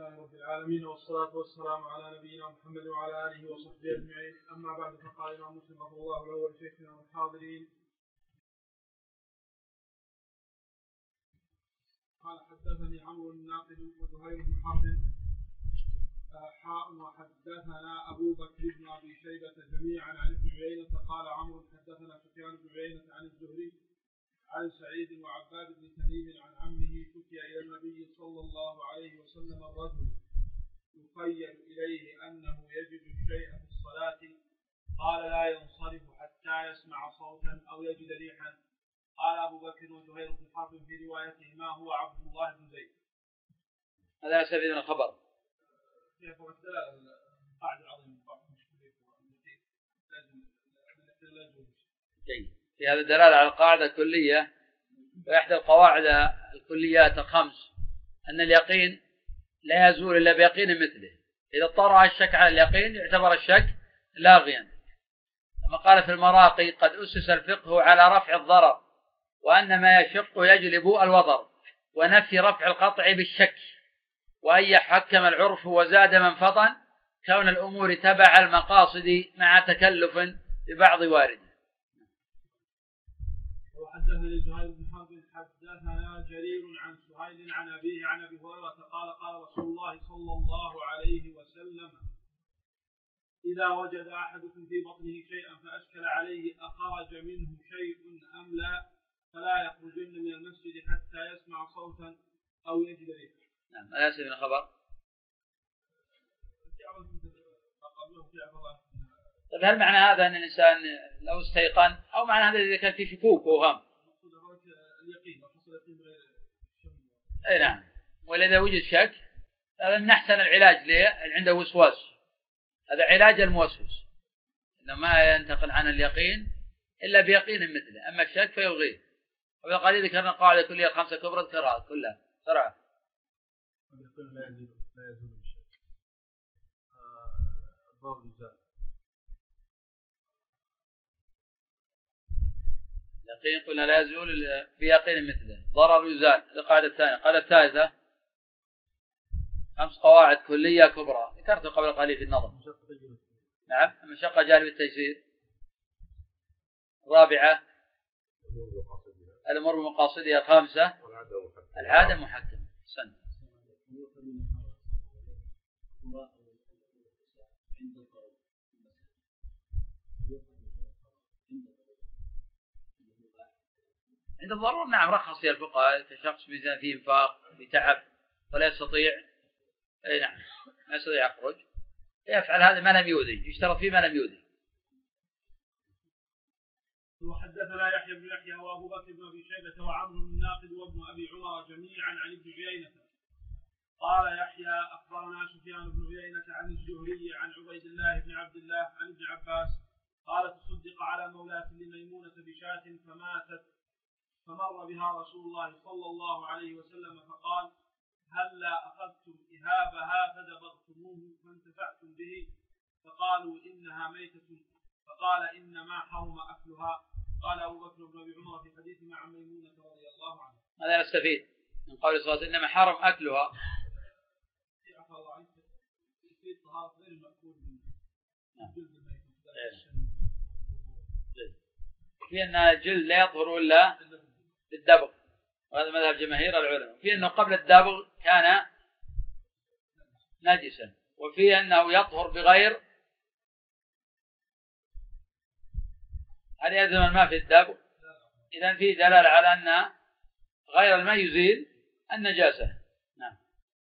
لله رب العالمين والصلاة والسلام على نبينا محمد وعلى آله وصحبه أجمعين. أما بعد فقال الإمام مسلم رحمه الله له ولشيخنا والحاضرين قال حدثني عمرو الناقد وزهير بن حرب وحدثنا أبو بكر بن أبي شيبة جميعا عن ابن عيينة قال عمرو حدثنا سفيان بن عيينة عن الزهري عن سعيد وعباد بن تميم عن عمه شكي إلى النبي صلى الله عليه وسلم الرجل يخيل إليه أنه يجد الشيء في الصلاة قال لا ينصرف حتى يسمع صوتا أو يجد ريحا. قال أبو بكر وزهير بن حرب في روايته ما هو عبد الله بن زيد. هذا سبيل الخبر. كيف الدلالة القاعدة العظيمة في هذا الدلالة على القاعدة الكلية، وإحدى القواعد الكليات الخمس أن اليقين لا يزول إلا بيقين مثله. إذا اضطر الشك على اليقين يعتبر الشك لاغيا. لما قال في المراقي قد أسس الفقه على رفع الضرر وأن ما يشق يجلب الوضر ونفي رفع القطع بالشك، وأن يحكم العرف وزاد من فطن كون الأمور تبع المقاصد مع تكلف ببعض وارد. وحدثني زهير بن حرب حدثنا جرير عن سهيل عن أبيه عن أبي هريرة قال قال رسول الله صلى الله عليه وسلم إذا وجد أحدكم في بطنه شيئا فأشكل عليه أخرج منه شيء أم لا فلا يخرجن من المسجد حتى يسمع صوتا أو يجد ريحا. نعم هذا سبيل الخبر. طيب هل معنى هذا أن الإنسان لو استيقن أو معنى هذا إذا كان في شكوك وهم؟ أي نعم. وإذا وجد شك هذا من أحسن العلاج ليه عنده وسواس، هذا علاج الموسوس إنه ما ينتقل عن اليقين إلا بيقين مثله، أما الشك فيلغيه. وقال إذا كان القاعدة كلية 5 كبرى ذكرها كلها بسرعة. لا يزول الشك. الضرر يزال. يقين قلنا لا يزول بيقين مثله، ضرر يزال. القاعدة الثانية. القاعدة الثالثة 5 قواعد كلية كبرى ذكرت قبل قليل في النظم. نعم المشقة جانب التيسير. الرابعة الأمور بمقاصدها. الخامسة العادة محكمة. سنة. عند الضرورة نعم رخص فيها الفقهاء كشخص ميزان فيه انفاق بتعب ولا يستطيع نعم ما يستطيع يخرج يفعل هذا ما لم يؤذي، يشترط فيه ما لم يؤذي. وحدثنا يحيى بن يحيى وابو بكر بن ابي شيبه وعمرو بن الناقد وابن ابي عمر جميعا عن ابن عيينة قال يحيى اخبرنا سفيان بن عيينة عن الزهري عن عبيد الله بن عبد الله عن ابن عباس قال تصدق على مولاة لميمونة بشاة فماتت فمر بها رسول الله صلى الله عليه وسلم فقال هلا أخذتم إهابها فدبغتموه فانتفعتم به فقالوا إنها ميتة فقال إنما حرم أكلها. قال أبو بكر بن أبي عمر في حديث مع ميمونة رضي الله عنها. هذا نستفيد من قول صلى الله عليه وسلم إنما حرم أكلها. في الطهارة غير المأكول في أن الجلد لا يطهر إلا بالدبغ، وهذا مذهب جماهير العلماء. في أنه قبل الدبغ كان نجسا، وفي أنه يطهر بغير هل يلزم الماء في الدبغ. إذن في دلالة على أن غير الماء يزيل النجاسة. نعم.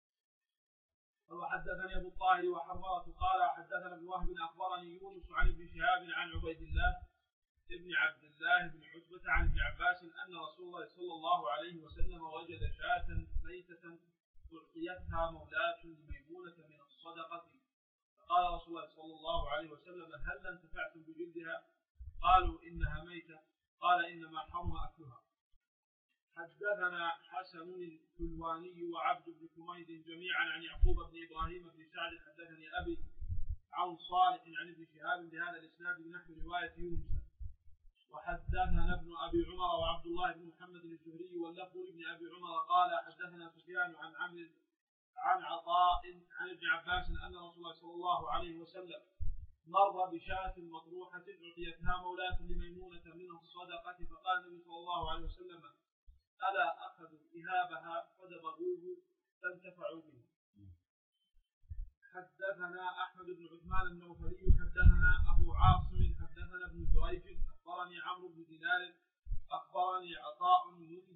وحدثني أبو الطاهر وحرمرة قال حدثنا ابن وهب أخبرني يونس عن ابن شهاب عن عبيد الله ابن عبد الله بن عتبة عن ابن عباس أن رسول الله صلى الله عليه وسلم وجد شاة ميتة أعطيتها مولاة لميمونة من الصدقة فقال رسول الله صلى الله عليه وسلم هل انتفعتم بجلدها؟ قالوا إنها ميتة قال إنما حرم أكلها. حدثنا حسن الكلواني وعبد بن حميد جميعا عن يعقوب بن إبراهيم بن سعد حدثني أبي عن صالح عن ابن شهاب بهذا الإسناد بنحو رواية يونس. وحدثنا ابن أبي عمر وعبد الله بن محمد الزهري واللفظ ابن أبي عمر قال حدثنا سفيان عن عمرو عن عطاء عطاء عن ابن عباس أن رسول الله صلى الله عليه وسلم مر بشاة مطروحة أعطيتها مولاة لميمونة من الصدقة فقال النبي صلى الله عليه وسلم ألا أخذوا إهابها فدبغوه فانتفعوا به. حدثنا أحمد بن عثمان النوفلي حدثنا أبو عاصم حدثنا ابن جريج أخبرني عمرو بن دينار أخبرني عطاء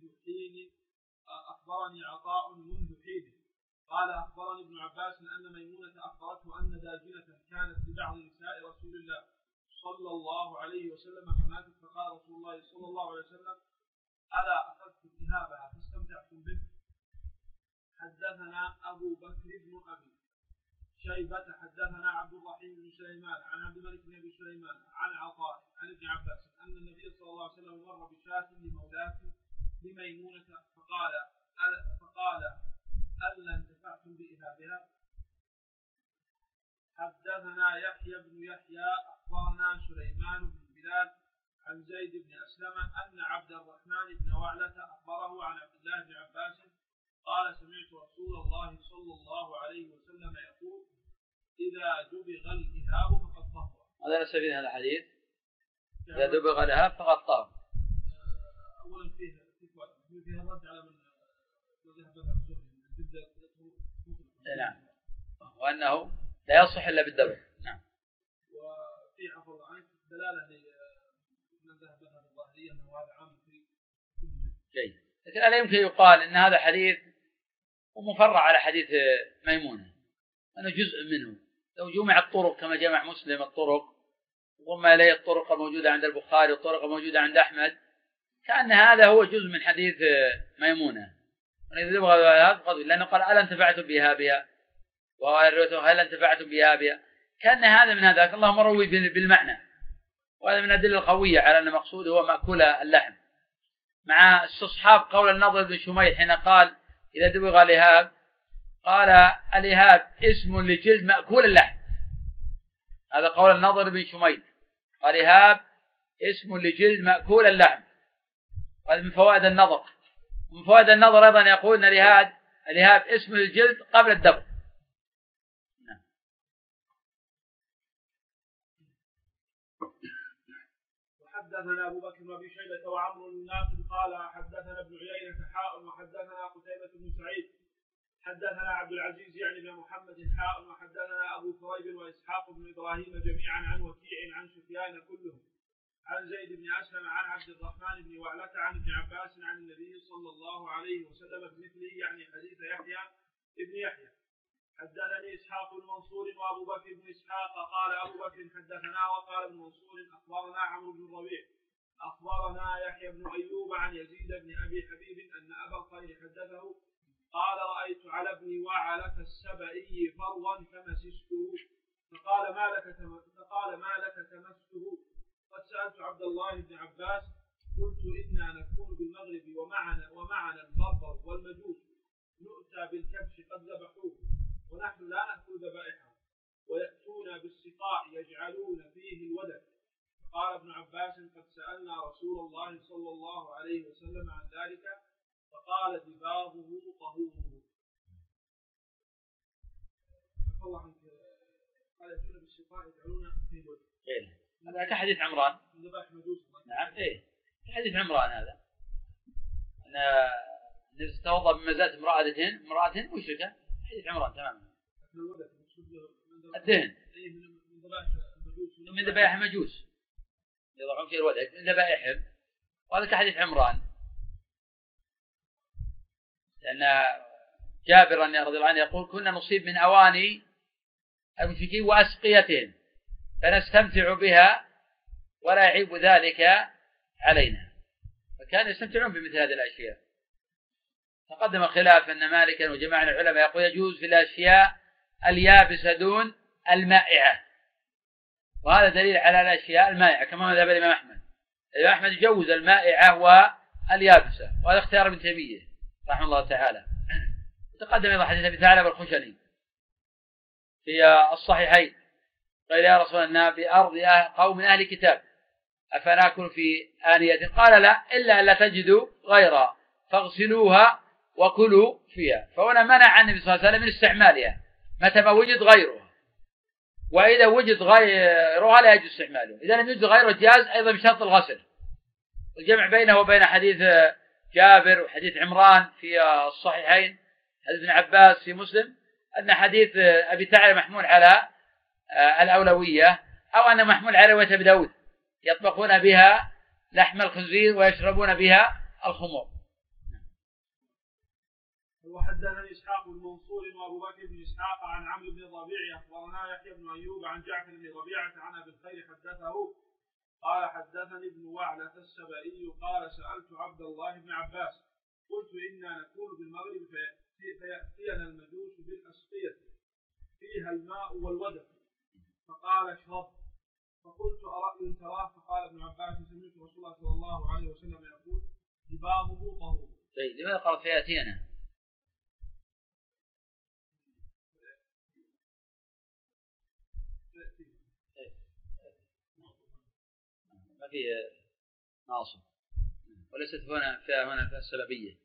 منذ حين قال أخبرني ابن عباس أن ميمونة أخبرته أن داجنة كانت لبعض نساء رسول الله صلى الله عليه وسلم فماتت فقال رسول الله صلى الله عليه وسلم ألا أخذت إهابها فاستمتعتم به. حدثنا أبو بكر بن أبي شيبة حدثنا عبد الرحيم بن سليمان عن عبد الملك بن أبي سليمان عن عطاء عن ابن عباس أن النبي صلى الله عليه وسلم مر بشاة لمولاة لميمونة فقال ألا انتفعتم بإهابها. حدثنا يحيى بن يحيى أخبرنا سليمان بن بلال عن زيد بن أسلم أن عبد الرحمن بن وعلة أخبره عن عبد الله بن عباس قال سمعت رسول الله صلى الله عليه وسلم يقول إذا دبغ الإهاب فقد طهر. هذا نستفيد هذا الحديث إذا دبغ الإهاب فقد طهر. أولا فيها الرد على من ذهب بها الزهري. نعم وأنه لا يصح إلا بالدبغ. نعم. وفي عفو الله عنك دلالة لمن ذهب بها الظاهرية أنه هذا عام في جيد. لكن لا يمكن يقال إن هذا حديث ومفرع على حديث ميمونة أنه جزء منه. لو جمع الطرق كما جمع مسلم الطرق وضم إليه الطرق الموجودة عند البخاري والطرق الموجودة عند أحمد كأن هذا هو جزء من حديث ميمونة. لأنه قال ألا انتفعتم بإهابها وقال هل انتفعتم بإهابها كأن هذا من هذاك. اللهم روي بالمعنى وهذا من الأدلة القوية على أن المقصود هو مأكول اللحم مع استصحاب قول النضر بن شميل حين قال إذا دبغ الإهاب قال الإهاب اسم لجلد مأكول اللحم. هذا قول النضر بن شميل قال الإهاب اسم لجلد مأكول اللحم. هذا من فوائد النظر. ومن فوائد النظر أيضا يقول أن الإهاب اسم للجلد قبل الدبغ. حدثنا أبو بكر وأبي شيبة وعمرو الناقد قال حدثنا ابن عيينة حاء وحدثنا قتيبة بن سعيد حدثنا عبد العزيز يعني بن محمد حاء وحدثنا أبو كريب وإسحاق بن إبراهيم جميعا عن وكيع عن سفيان كلهم عن زيد بن أسلم عن عبد الرحمن بن وعلة عن ابن عباس عن النبي صلى الله عليه وسلم بمثله يعني حديث يحيى ابن يحيى. حدثني إسحاق بن منصور وأبو بكر بن إسحاق قال أبو بكر حدثنا وقال ابن منصور أخبرنا عمرو بن الربيع أخبرنا يحيى بن أيوب عن يزيد بن أبي حبيب أن أبا الخير حدثه قال رأيت على ابن وعلة السبئي فروا فمسسته فقال ما لك تمسته قد سألت عبد الله بن عباس قلت إنا نكون بالمغرب ومعنا البربر والمجوس نؤتى بالكبش قد ذبحوه ونحن لا نأكل ذبائحه ويأتون بالسقاء يجعلون فيه الودك. قال ابن عباس قد سألنا رسول الله صلى الله عليه وسلم عن ذلك فقال دباغه طهوره. الله عنك قال يأتون بالسقاء يجعلون فيه الودك. هذا كحديث عمران. نعم كحديث عمران هذا أن توضأ بمزات امرأة مشركة. حديث عمران تماما. الدهن من ذبائح المجوس يضعون فيه الودك من ذبائحهم وهذا كحديث عمران لأن جابر رضي الله عنه يقول كنا نصيب من أواني المشركين وأسقيتهم فنستمتع بها ولا يعيب ذلك علينا. فكانوا يستمتعون بمثل هذه الأشياء. تقدم خلاف أن مالكا وجماعة العلماء يقول يجوز في الأشياء اليابسة دون المائعة وهذا دليل على الأشياء المائعة كما ذهب الإمام أحمد. الإمام أحمد يجوز المائعة واليابسة وهذا اختيار ابن تيمية رحمه الله تعالى. تقدم أيضا حديث أبي ثعلبة الخشني في الصحيحين قال يا رسول الله بأرض قوم أهل كتاب أفناكل في آنية قال لا إلا أن لا تجدوا غيرها فاغسلوها وكلوا فيها. فهنا منع النبي صلى الله عليه وسلم من استعمالها متى ما وجد غيرها، وإذا وجد غيرها لا يجوز استعماله. إذا لم يوجد غيره جاز أيضا بشرط الغسل. الجمع بينه وبين حديث جابر وحديث عمران في الصحيحين، حديث ابن عباس في مسلم، أن حديث أبي ثعلبة محمول على الأولوية، أو أن محمول على رواية أبي داود يطبخون بها لحم الخنزير ويشربون بها الخمور. وحدثني إسحاق بن منصور وأبو بكر بن إسحاق عن عمرو بن الربيع أخبرنا يحيى بن أيوب عن جعفر بن ربيعة عن أبي الخير حدثه قال حدثني ابن وعلة السبائي قال سألت عبد الله بن عباس قلت إنا نكون بالمغرب فيأتينا المجوس بالأسقية فيها الماء والودك فقال اشرب، فقلت أرأي تراه؟ فقال ابن عباس سمعت رسول الله صلى الله عليه وسلم يقول لبابه طهور. لماذا قال فيأتينا؟ ما في ناصب، وليست هنا فيها السببية.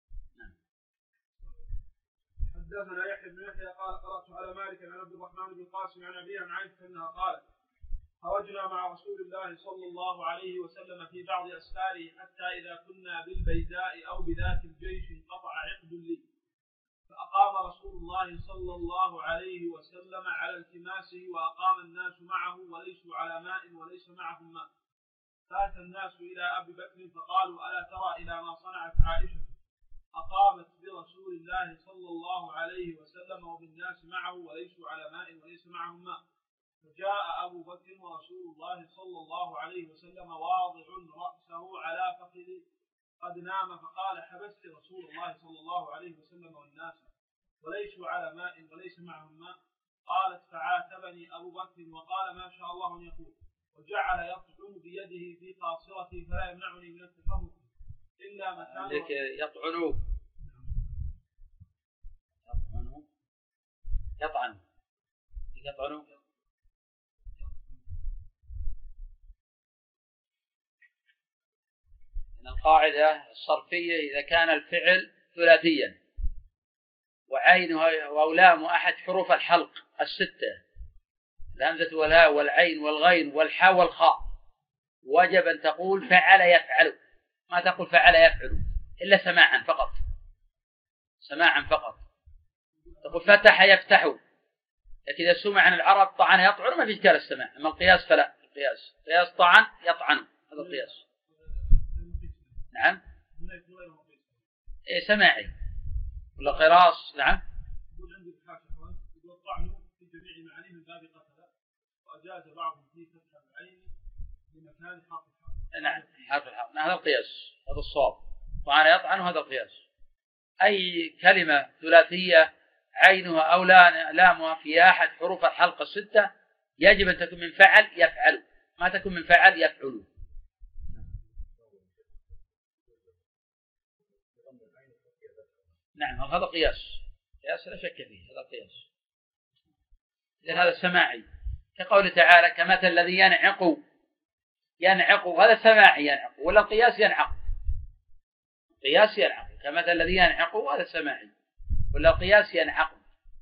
حدثنا يحيى بن يحيى قال قرأت على مالك عن عبد الرحمن بن القاسم عن أبيه عن عائشة أنها قالت خرجنا مع رسول الله صلى الله عليه وسلم في بعض أسفاره حتى إذا كنا بالبيداء أو بذات الجيش انقطع عقد لي، فأقام رسول الله صلى الله عليه وسلم على التماسه وأقام الناس معه وليسوا على ماء وليس معهم ماء، فأتى الناس إلى أبي بكر فقالوا ألا ترى إلى ما صنعت عائشة أقامت برسول الله صلى الله عليه وسلم وبالناس معه وليسوا على ماء وليس معهم ماء، فجاء أبو بكر ورسول الله صلى الله عليه وسلم واضع رأسه على فخذه قد نام، فقال حبست رسول الله صلى الله عليه وسلم والناس وليسوا على ماء وليس معهم ماء؟ قالت فعاتبني أبو بكر وقال ما شاء الله أن يقول، وجعل يطعن بيده في قاصرتي فلا يمنعني من التفرق إلا مكان يطعنوا من القاعدة الصرفية إذا كان الفعل ثلاثيا وعينها وأولام أحد حروف الحلق الستة الهمزة والهاء والعين والغين والحاء والخاء، وجب أن تقول فعل يفعل، ما تقول فعل يفعل إلا سماعا فقط، تقول فتح يفتح، لكن إذا سمع عن العرب طعن يطعن ما في إشكال السماع، أما القياس فلا، القياس طعن يطعن، هذا القياس. نعم إيه سماعي ولا قراص. نعم يقول عندي الحاشة الطعن في جميع معانيه من باب قتل، وأجاز بعضهم في فتح العين لمكان حرف الحرف. نعم حرف الحرف، هذا القياس، هذا الصواب، طعن يطعن وهذا القياس. أي كلمة ثلاثية عينها أو لامها في أحد حروف الحلق الستة يجب أن تكون من فعل يفعل، ما تكون من فعل يفعل. نعم هذا قياس لا شك فيه، هذا قياس. إذن هذا سماعي، كقول تعالى كمثل الذي ينعق، هذا سماعي ينعق، ولا القياس ينعق، كمثل الذي ينعق هذا سماعي، ولا القياس ينعق.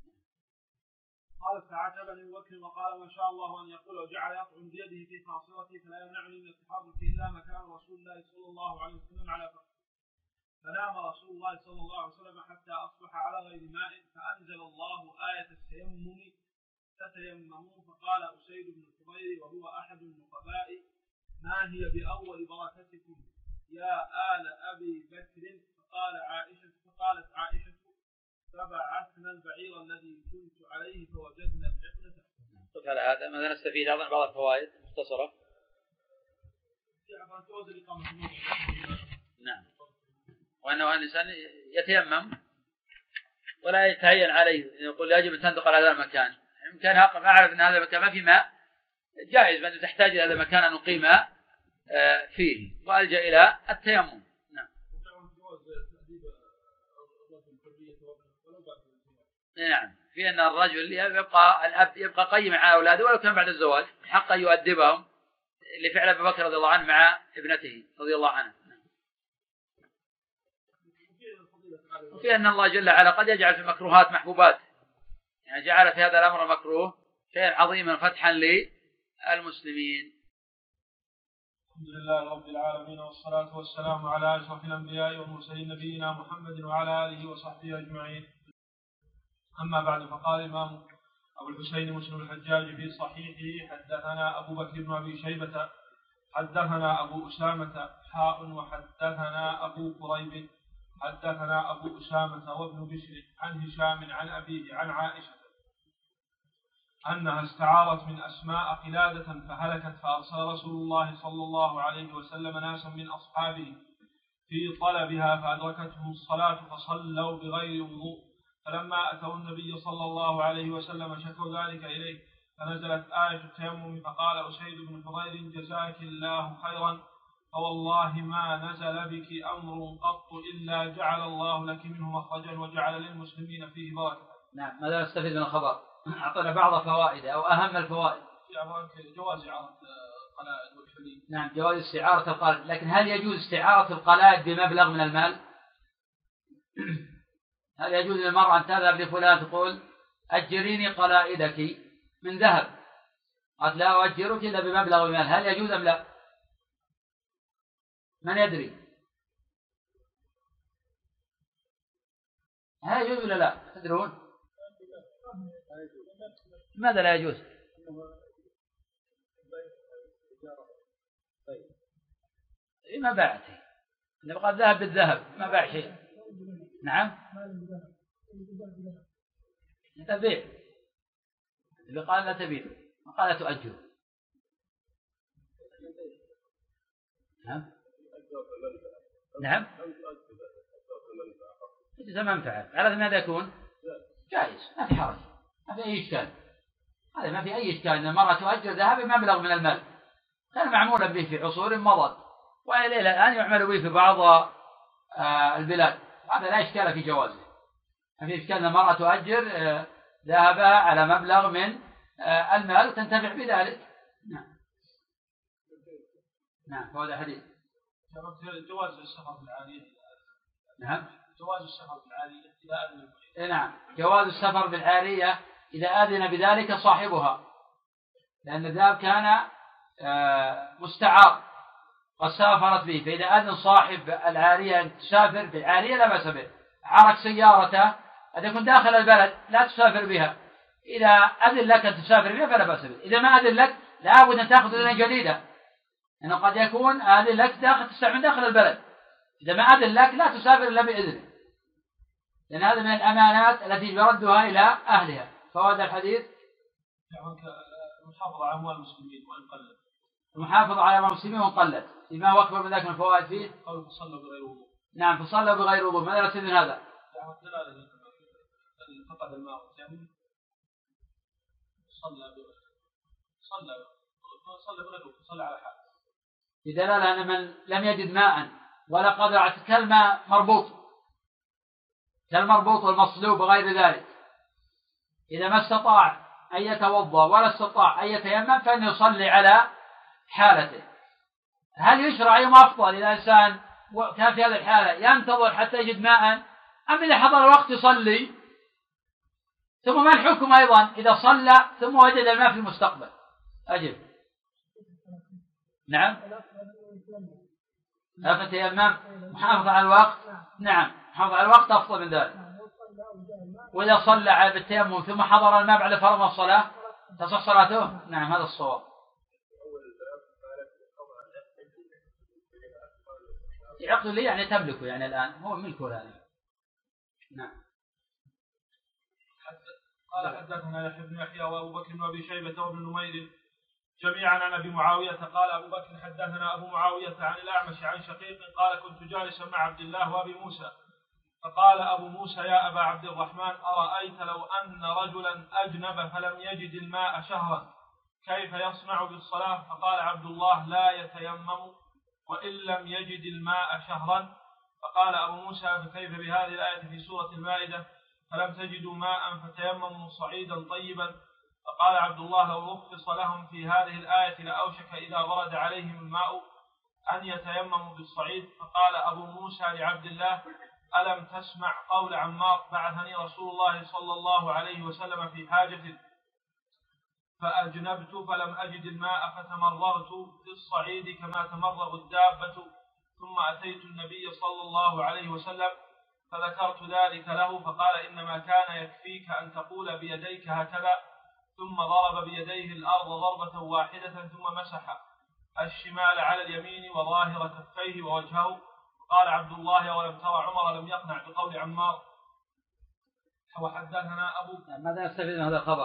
قال فعاتبني أبو بكر وقال ما شاء الله أن يقول، وجعل يطعن بيده في خاصرتي فلا يمنعني من التحرك إلا مكان رسول الله صلى الله عليه وسلم على فخذه، فنام رسول الله صلى الله عليه وسلم حتى أصبح على غير ماء، فأنزل الله آية التيمم فتيمموا، فقال أسيد بن الحضير وهو أحد النقباء ما هي بأول بركتكم يا آل أبي بكر؟ فقالت عائشة فبعثنا البعير الذي كنت عليه فوجدنا العقد تحته. على هذا ماذا نستفيد؟ أيضا بعض الفوائد مختصرة. نعم، وأنه الإنسان يتيمم ولا يتهين عليه، يقول يجب أن تنتقل هذا المكان، يمكن أعرف أن هذا المكان ما في ماء، جائز من تحتاج إلى هذا المكان أن نقيم فيه، وألجأ إلى التيمم. نعم. نعم، في أن الرجل يبقى الأب يبقى قيم على أولاده ولو كان بعد الزواج، حق يؤدبهم لفعل أبي بكر رضي الله عنه مع ابنته رضي الله عنها. في أن الله جل وعلا قد يجعل في المكروهات محبوبات، يعني جعل في هذا الأمر المكروه شيئا عظيما فتحا للمسلمين. الحمد لله رب العالمين، والصلاة والسلام على أشرف الأنبياء والمرسلين نبينا محمد وعلى آله وصحبه أجمعين. أما بعد، فقال الإمام أبو الحسين مسلم الحجاج في صحيحه: حدثنا أبو بكر بن أبي شيبة حدثنا أبو أسامة وحدثنا أبو قريب حدثنا أبو أسامة وابن بشر عن هشام عن أبيه عن عائشة أنها استعارت من أسماء قلادة فهلكت، فأرسل رسول الله صلى الله عليه وسلم ناسا من أصحابه في طلبها فأدركتهم الصلاة فصلوا بغير وضوء، فلما أتوا النبي صلى الله عليه وسلم شكوا ذلك إليه، فنزلت آية التيمم، فقال أسيد بن حضير: جزاك الله خيرا، فوالله ما نزل بك أمر قط إلا جعل الله لك منه مخرجا وجعل للمسلمين فيه بركة. نعم. ماذا نستفيد من الخبر؟ أعطنا بعض فوائد أو أهم الفوائد. جواز إعارة القلائد والحلي. نعم، جواز استعارة القلائد، لكن هل يجوز استعارة القلائد بمبلغ من المال؟ هل يجوز للمرأة أن تذهب لفلان تقول: أجريني قلائدك من ذهب؟ قالت: لا أؤجرك إلا بمبلغ من المال. هل يجوز أم لا؟ من يدري؟ هل يجوز ولا لا؟ تدرون؟ لماذا لا يجوز؟ ما باعته، إذا قال ذهب بالذهب ما باع شيء. نعم، تبيع. اللي قال لا تبيع ما قال تؤجر. نعم، إذا منفعة على ماذا يكون جائز، ما في حرج، ما في أي إشكال. هذا ما في أي إشكال أن المرأة تؤجر ذهب بمبلغ من المال، كان معمولا به في عصور مضت، وإلى الآن يعمل به في بعض البلاد. هذا لا إشكال في جوازه. ما في إشكال أن المرأة تؤجر ذهبها على مبلغ من المال وتنتفع بذلك. نعم. فهذا حديث جواز السفر بالعالية. نعم، جواز السفر بالعالية إذا أذن. نعم، جواز السفر بالعارية إذا أذن بذلك صاحبها، لأن الذهب كان مستعار قد سافرت به، فإذا أذن صاحب العارية أن تسافر بالعارية لا بأس به. عرك سيارته أن يكون داخل البلد لا تسافر بها، إذا أذن لك أن تسافر بها فلا بأس به. إذا ما أذن لك لابد أن تأخذ إذن جديدة، لأنه قد يكون أذن لك تستعمل داخل البلد. إذا ما أذن لك لا تسافر إلا بإذنه، لأن هذا من الأمانات التي يردها إلى أهلها. فهذا الحديث المحافظة على أموال المسلمين وإن قلت. المحافظة على أموال المسلمين وإن قلت. ما هو أكبر من ذلك من الفوائد فيه؟ قالوا فصلوا بغير وضوء. نعم، فصلوا بغير وضوء. ماذا نستفيد من هذا؟ فقد الماء والتيمم صلى بغير وضوء، صلى على حال. بدلالة أن من لم يجد ماء ولا قدر كالماء كالمربوط والمصلوب وغير ذلك، إذا ما استطاع أن يتوضأ ولا استطاع أن يتيمم فإن يصلي على حالته. هل يشرع يوم أفضل إذا إنسان كان في هذه الحالة ينتظر حتى يجد ماء، أم إذا حضر الوقت يصلي؟ ثم ما الحكم أيضا إذا صلى ثم وجد الماء في المستقبل؟ أجب. نعم، لا تتيمم، محافظة على الوقت. نعم، محافظة على الوقت أفضل من ذلك. وإذا صلى بالتيمم ثم حضر الماء بعد فرض الصلاة تصح صلاته. نعم، هذا الصواب. عقد لي يعني تملكه، يعني الآن هو ملكه الآن. نعم. قال: حدثنا يحيى بن يحيى وأبو بكر وأبي شيبة وابن نمير جميعا عن أبي معاوية. قال أبو بكر: حدثنا أبو معاوية عن الأعمش عن شقيق قال: كنت جالسا مع عبد الله وأبي موسى، فقال أبو موسى: يا أبا عبد الرحمن، أرأيت لو أن رجلا أجنب فلم يجد الماء شهرا كيف يصنع بالصلاة؟ فقال عبد الله: لا يتيمم وإن لم يجد الماء شهرا. فقال أبو موسى: فكيف بهذه الآية في سورة المائدة: فلم تجدوا ماء فتيمموا صعيدا طيبا؟ فقال عبد الله: لو رخص لهم في هذه الآية لأوشك إذا برد عليهم الماء أن يتيمموا بالصعيد. فقال أبو موسى لعبد الله: ألم تسمع قول عمار: بعثني رسول الله صلى الله عليه وسلم في حاجة فأجنبت فلم أجد الماء فتمرغت في الصعيد كما تمرغ الدابة، ثم أتيت النبي صلى الله عليه وسلم فذكرت ذلك له فقال: إنما كان يكفيك أن تقول بيديك هكذا، ثم ضرب بيديه الأرض ضربة واحدة ثم مسح الشمال على اليمين وظاهر كفيه ووجهه. قال عبد الله: ولم ترى عمر لم يقنع بقول عمار. وحدثنا أبو. ماذا نستفيد من هذا الخبر؟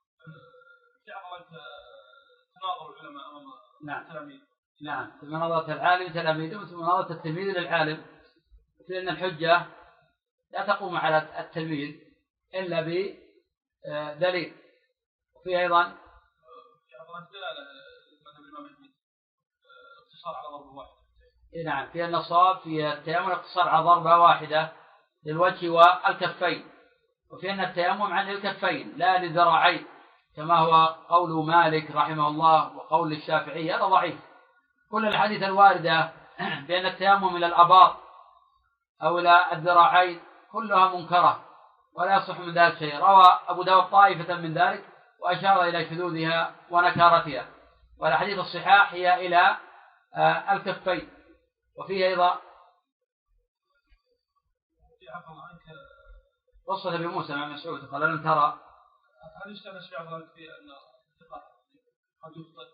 تناظر العلماء أمام التلاميذ. نعم، في مناظرة العالم تلاميذه وفي مناظرة التلميذ للعالم، لأن الحجة لا تقوم على التلميذ إلا بدليل. وفي أيضا اقتصار على ضربة واحدة. نعم، في النصاب في التيمم اقتصار على ضربة واحدة للوجه والكفين، وفي أن التيمم عن الكفين لا للذراعين كما هو قول مالك رحمه الله وقول الشافعي، هذا ضعيف. كل الحديث الواردة بأن التيمم إلى الأباط أو إلى الذراعين كلها منكرة ولا يصح من ذلك شيء. روى أبو داود طائفة من ذلك وأشار إلى شذوذها ونكارتها، والحديث الصحاح هي إلى الكفين. وفيه أيضا قصة أبي موسى مع مسعود قال: لم ترى. هل يستمس في عضلك في أن قد يخطئ؟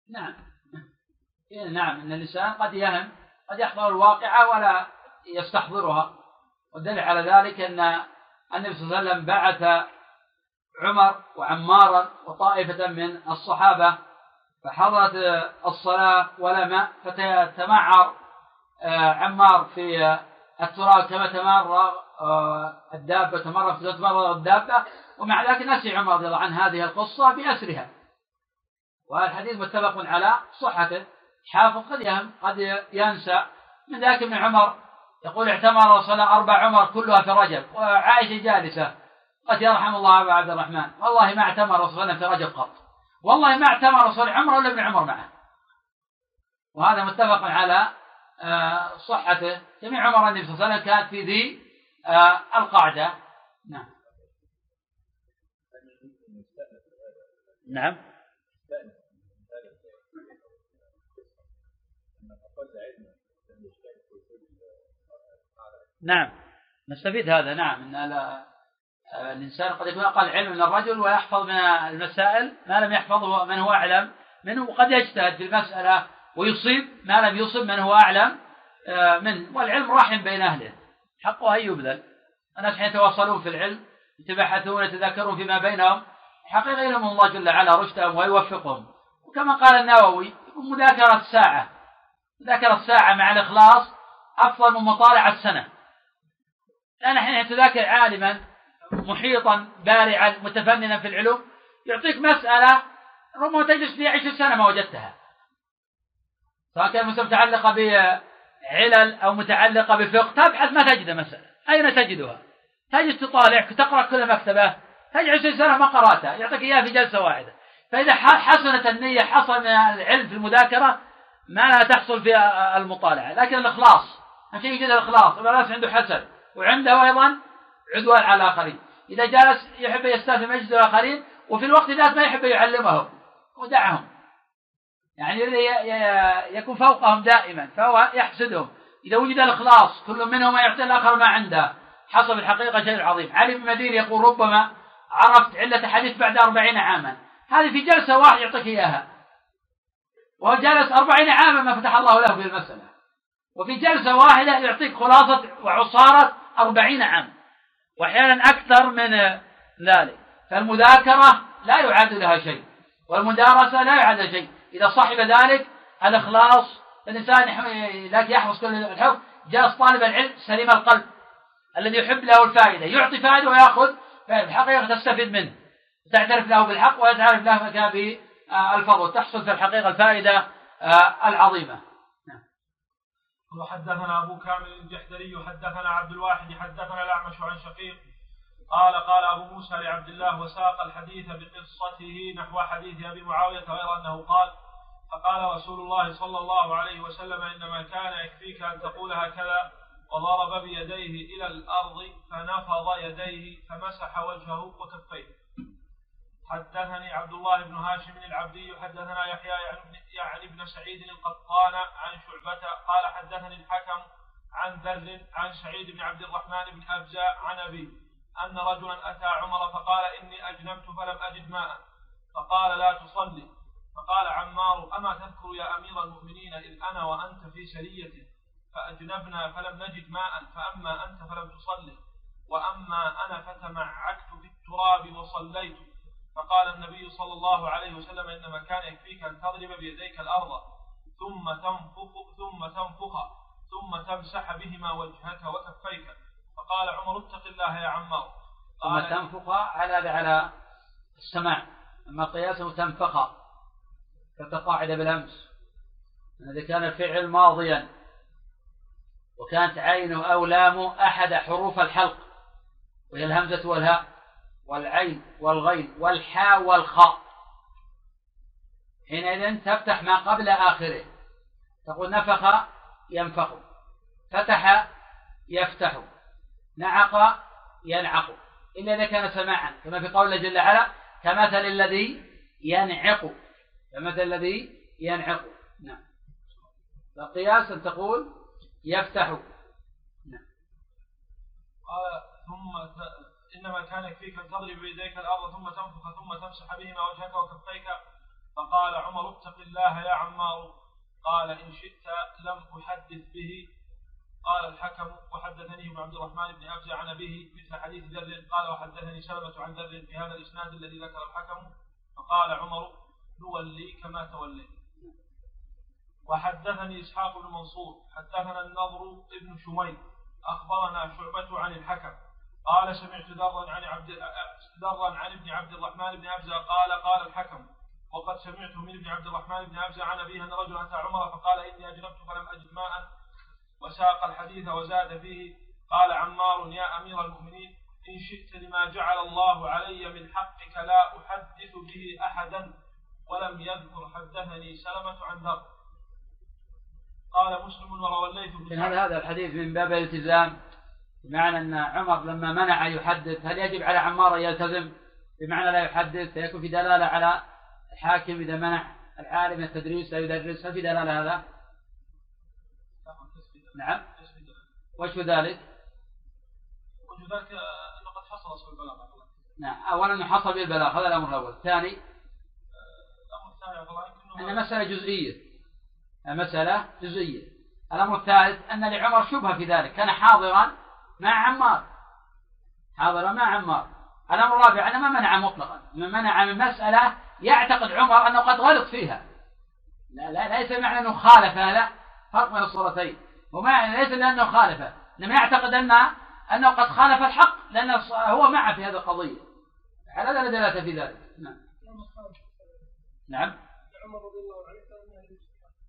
نعم، إن الإنسان قد يهم، قد يحضر الواقعة ولا يستحضرها. والدليل على ذلك أن النبي صلى الله عليه وسلم بعث عمر وعمارا وطائفة من الصحابة فحضرت الصلاة ولا ماء، فتمعر عمار في التراب كما تمرغ الدابة، تمرغ الدابة، ومع ذلك نسي عمر رضي الله عنه هذه القصة بأسرها. والحديث متفق على صحته. حافظ قد يهم قد ينسى. من ذلك ابن عمر يقول: اعتمر صلاة 4 عمر كلها في رجب، وعائشة جالسة قد يرحم الله أبا عبد الرحمن: والله ما اعتمر رسول الله في رجب قط، والله ما اعتمر رسول عمر ولا ابن عمر معه. وهذا متفق على صحته. جميع عمر النبي صلى الله عليه وسلم كانت في ذي القاعدة. نعم. نعم، نستفيد هذا. نعم، ان الإنسان قد يكون أقل علم من الرجل ويحفظ من المسائل ما لم يحفظه من هو أعلم منه، وقد يجتهد في المسألة ويصيب ما لم يصب من هو أعلم منه. والعلم رحم بين أهله، حقه أن يبذل. الناس حين يتواصلون في العلم يتبحثون يتذكرون فيما بينهم، حقيقة يلهم الله جل وعلا رشدهم ويوفقهم. وكما قال النووي: مذاكرة الساعة مع الإخلاص أفضل من مطالعة السنة. لأن حين تذاكر عالما محيطا بارعا متفننا في العلوم يعطيك مسألة ربما تجلس فيها 20 سنة ما وجدتها، سواء كانت مسألة متعلقة بعلل أو متعلقة بفقه، تبحث ما تجد مسألة. أين تجدها؟ تجد تطالع تقرأ كل مكتبة، تجد 20 سنة ما قرأتها، يعطيك إياها في جلسة واحدة. فإذا حسنت النية حصل من العلم في المذاكرة ما لا تحصل في المطالعة. لكن الإخلاص عشان يجد الإخلاص، والناس عنده حسد وعنده أيضا عدوان على الآخرين. إذا جالس يحب يستاذ في مجلس الآخرين وفي الوقت ذات ما يحب يعلمهم ودعهم، يعني يكون فوقهم دائما فهو يحسدهم. إذا وجد الإخلاص كل منهم يعطي الآخر ما عنده، حصل الحقيقة شيء عظيم. علي بن مدين يقول: ربما عرفت علة حديث بعد 40 عاما، هذه في جلسة واحدة يعطيك إياها، وهو جالس 40 عاما ما فتح الله له في المسألة، وفي جلسة واحدة يعطيك خلاصة وعصارة 40 عام وأحيانا أكثر من ذلك. فالمذاكرة لا يعاد لها شيء، والمدارسة لا يعاد لها شيء إذا صاحب ذلك الإخلاص. الإنسان لكن يحفظ كل الحفظ. جالس طالب العلم سليم القلب الذي يحب له الفائدة، يعطي فائدة ويأخذ الحقيقة، تستفيد منه، تعترف له بالحق ويتعرف له بالفضل، تحصل في الحقيقة الفائدة العظيمة. وحدثنا أبو كامل الجحدري حدثنا عبد الواحد حدثنا الأعمش عن شقيق قال أبو موسى لعبد الله وساق الحديث بقصته نحو حديث أبي معاوية غير أنه قال: فقال رسول الله صلى الله عليه وسلم: إنما كان يكفيك أن تقول هكذا، وضرب بيديه إلى الأرض فنفض يديه فمسح وجهه وكفيه. حدثني عبد الله بن هاشم العبدي حدثنا يحيى يعني بن سعيد القطان عن شعبة قال حدثني الحكم عن ذر عن سعيد بن عبد الرحمن بن أبزة عن أبيه أن رجلا أتى عمر فقال إني أجنبت فلم أجد ماء فقال لا تصلي. فقال عمار أما تذكر يا أمير المؤمنين إذ أنا وأنت في سرية فأجنبنا فلم نجد ماء فأما أنت فلم تصلي وأما أنا فتمعكت في التراب وصليت. فقال النبي صلى الله عليه وسلم إنما كان يكفيك أن تضرب بيديك الأرض ثم تنفخ ثم تمسح بهما وجهك وكفيك. فقال عمر اتق الله يا عمار. ثم تنفخ على السماع، أما قياسه تنفخ كتقاعد بالأمس. إذا كان الفعل ماضيا وكانت عينه أو لامه أحد حروف الحلق وهي الهمزة والهاء والعين والغين والحاء والخاء، حينئذ تفتح ما قبل آخره، تقول نفخ ينفخ، فتح يفتح، نعق ينعق، إلا إذا كان سماعا كما في قوله جل وعلا كمثل الذي ينعق، كمثل الذي ينعق. نعم. فالقياس أن تقول يفتح. نعم. قال ثم إنما كان يكفيك أن تضرب بيديك الأرض ثم تنفخ ثم تمسح بهما وجهك وكفيك. فقال عمر اتق الله يا عمار. قال إن شئت لم أحدث به. قال الحكم وحدثني ابن عبد الرحمن بن أبزة عن أبيه مثل حديث ذر. قال وحدثني سلمة عن ذر في هذا الإسناد الذي ذكر الحكم. فقال عمر نولي كما توليت. وحدثني إسحاق بن منصور حدثنا النضر ابن شميل أخبرنا شعبة عن الحكم قال سمعت ذرا عن ابن عبد الرحمن بن أبزة قال الحكم وقد سمعت من ابن عبد الرحمن بن أبزة عن أبيه أن رجلا أتى عمر فقال إني أجنبت فلم أجد ماء وساق الحديث وزاد فيه. قال عمار يا أمير المؤمنين إن شئت لما جعل الله علي من حقك لا أحدث به أحدا. ولم يذكر حدثني سلمة عن ذر. قال مسلم وروى الليث بن سعد. هذا الحديث من باب الالتزام، بمعنى أن عمر لما منع يحدث هل يجب على عمار أن يلتزم بمعنى لا يحدث؟ فيكون في دلالة على الحاكم إذا منع العالم التدريس لا يدرس، هل في دلالة هذا؟ نعم. وش ذلك؟ وجه ذلك أنه قد حصل أصل البلاغ. نعم. أولا أنه حصل بالبلاغ، هذا الأمر الأول. الثاني الأمر الثاني أن مسألة جزئية، مسألة جزئية. الأمر الثالث أن لعمر شبهة في ذلك، كان حاضرا مع عمار، حاضرا مع عمار. الأمر الرابع أنه ما منع مطلقا، من منع من مسألة يعتقد عمر أنه قد غلط فيها. لا ليس معنى أنه خالفها، لا، فرق من الصورتين. ومعنى ليس لأنه خالفه، إنما يعتقد أنه قد خالف الحق لأنه هو معه في هذه القضية. على ذلك دلالة في ذلك. نعم. نعم. عمر رضي الله عنه كان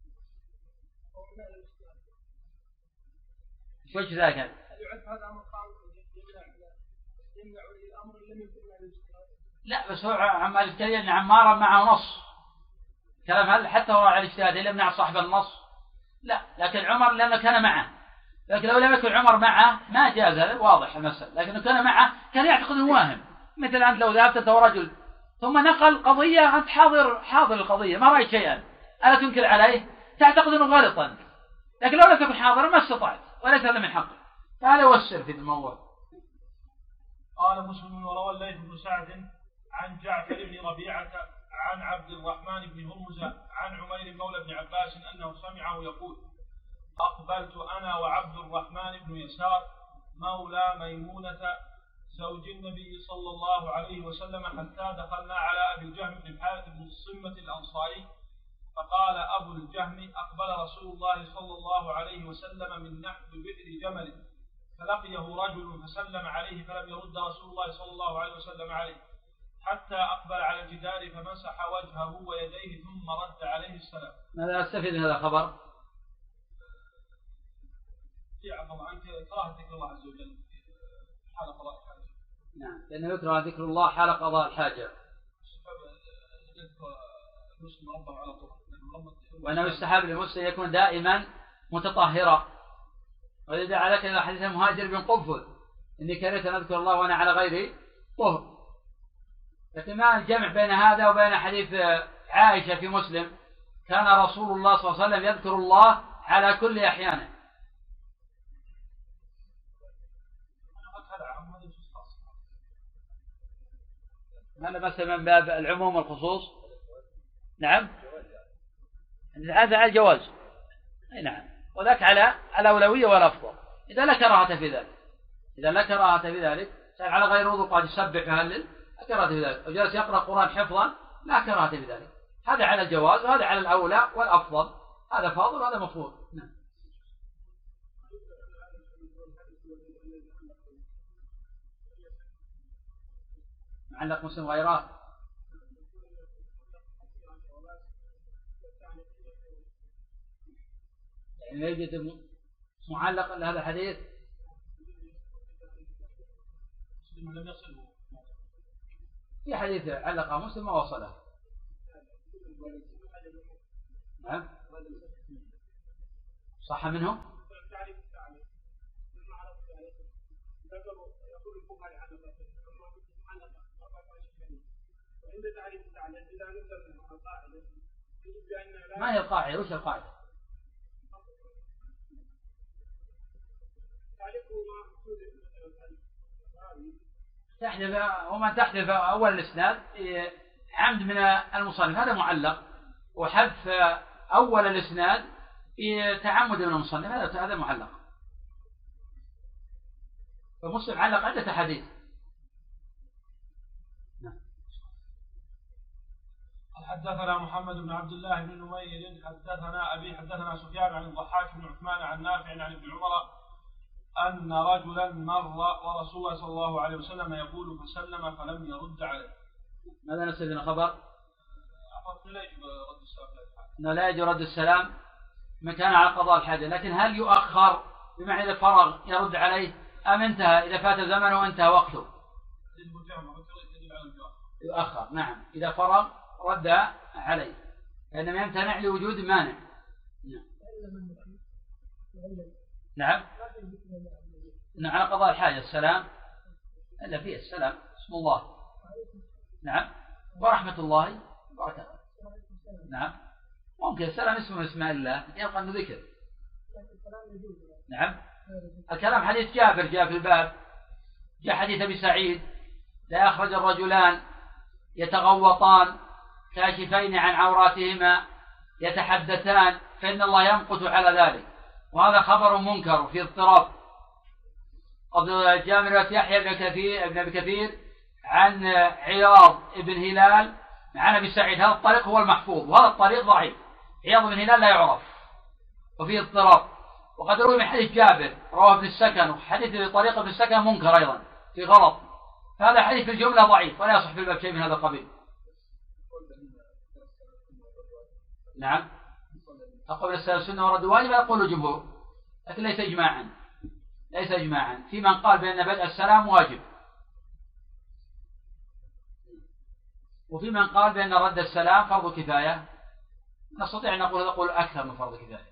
وش ذاك؟ يعد هذا أمر خالص يمنع الأمر لم يكن على الاجتهاد. لا، بس هو عما الاجتهاد أن عمارا معه نص كلام، هل حتى هو على الاجتهاد إلا يمنع صاحب النص؟ لا، لكن عمر لأنه كان معه، لكن لو لم يكن عمر معه ما جاز، هذا واضح المسألة. لكنه كان معه كان يعتقد واهم، مثل أنت لو ذهبت أنت ورجل ثم نقل قضية أنت حاضر القضية ما رأيت شيئا، ألا تنكر عليه؟ تعتقد أنه غلطا، لكن لو لم تكن حاضرا ما استطعت وليس هذا من حقك. فهذا هو السر في الموضوع. قال مسلم وروى الليث بن سعد عن جعفر بن ربيعة عن عبد الرحمن بن هرمزة عن عمير مولى بن عباس أنه سمعه يقول أقبلت أنا وعبد الرحمن بن يسار مولى ميمونة زوج النبي صلى الله عليه وسلم حتى دخلنا على أبي الجهم بن الحارث بن الصمة الأنصاري فقال أبو الجهم أقبل رسول الله صلى الله عليه وسلم من نحو بئر جمل فلقيه رجل فسلم عليه فلم يرد رسول الله صلى الله عليه وسلم عليه حتى أقبل على الجدار فمسح وجهه ويديه ثم رد عليه السلام. ماذا أستفيد من هذا الخبر؟ في عفو عنك كراهة ذكر الله عز وجل حال قضاء الحاجة. نعم، لأنه يكره ذكر الله حال قضاء الحاجة. المسلم ربه على طول. وأنه يستحب للمسلم يكون دائما متطهرا. وإذا على كذا حديث مهاجر بن قنفذ إني كرهت أن أذكر الله وأنا على غير طهر. لكن ما الجمع بين هذا وبين حديث عائشة في مسلم كان رسول الله صلى الله عليه وسلم يذكر الله على كل أحيانه. هذا مثلا من باب العموم والخصوص. نعم هذا على الجواز. نعم وذاك على الأولوية والأفضل إذا لا كراهة في ذلك. إذا لا كراهة في ذلك على غير وضوء قد يسبح يهلل لا كراهة في ذلك، وجالس يقرأ القرآن حفظا لا كراهة في ذلك. هذا على الجواز وهذا على الأولى والأفضل، هذا فاضل وهذا مفروض. نعم. معلق مسلم غيره يعني لا يوجد معلق إلا هذا الحديث. في حديث علقه مسلم ما وصله. نعم صح منه. ما هي القاعدة؟ وش القاعدة؟ تحذف ومن تحذف أول الإسناد عمد من المصنف هذا معلق، وحذف أول الإسناد تعمد من المصنف هذا معلق. فمسلم علق عدة حديث. حدثنا محمد بن عبد الله بن نمير حدثنا أبي حدثنا سفيان عن الضحاك بن عثمان عن نافع عن ابن عمر أن رجلا مر ورسول الله صلى الله عليه وسلم يقول فسلم فلم يرد عليه. ماذا نستفيد خبر؟ أنه لا يجوز رد السلام من كان على قضاء الحاجة، لكن هل يؤخر بمعنى إذا فرغ يرد عليه أم انتهى إذا فات زمنه وانتهى وقته؟ يؤخر. نعم إذا فرغ رد عليه لأنه يمتنع لوجود مانع. نعم على قضاء الحاجة السلام إلا فيه السلام اسم الله. نعم ورحمة الله وبركاته. نعم ممكن السلام اسمه من اسماء الله يبقى أنه ذكر. نعم الكلام حديث جابر جاء في الباب، جاء حديث أبي سعيد لا يخرج الرجلان يتغوطان كاشفين عن عوراتهما يتحدثان فإن الله يمقت على ذلك، وهذا خبر منكر في اضطراب. قد جاء من رواية يحيى بن أبي كثير عن عياض بن هلال عن أبي سعيد، هذا الطريق هو المحفوظ وهذا الطريق ضعيف. عياض بن هلال لا يعرف وفيه اضطراب. وقد روي من حديث جابر رواه ابن السكن، وحديث بطريق ابن السكن منكر أيضا في غلط، فهذا حديث في الجملة ضعيف ولا يصح في الباب شيء من هذا القبيل. نعم أقول السنة ورد واجب يقول الجمهور، لكن ليس إجماعا في من قال بأن بدء السلام واجب، وفي من قال بأن رد السلام فرض كفاية. نستطيع أن نقول أكثر من فرض كفاية.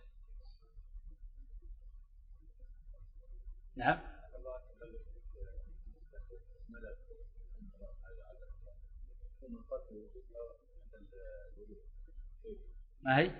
نعم ما هي؟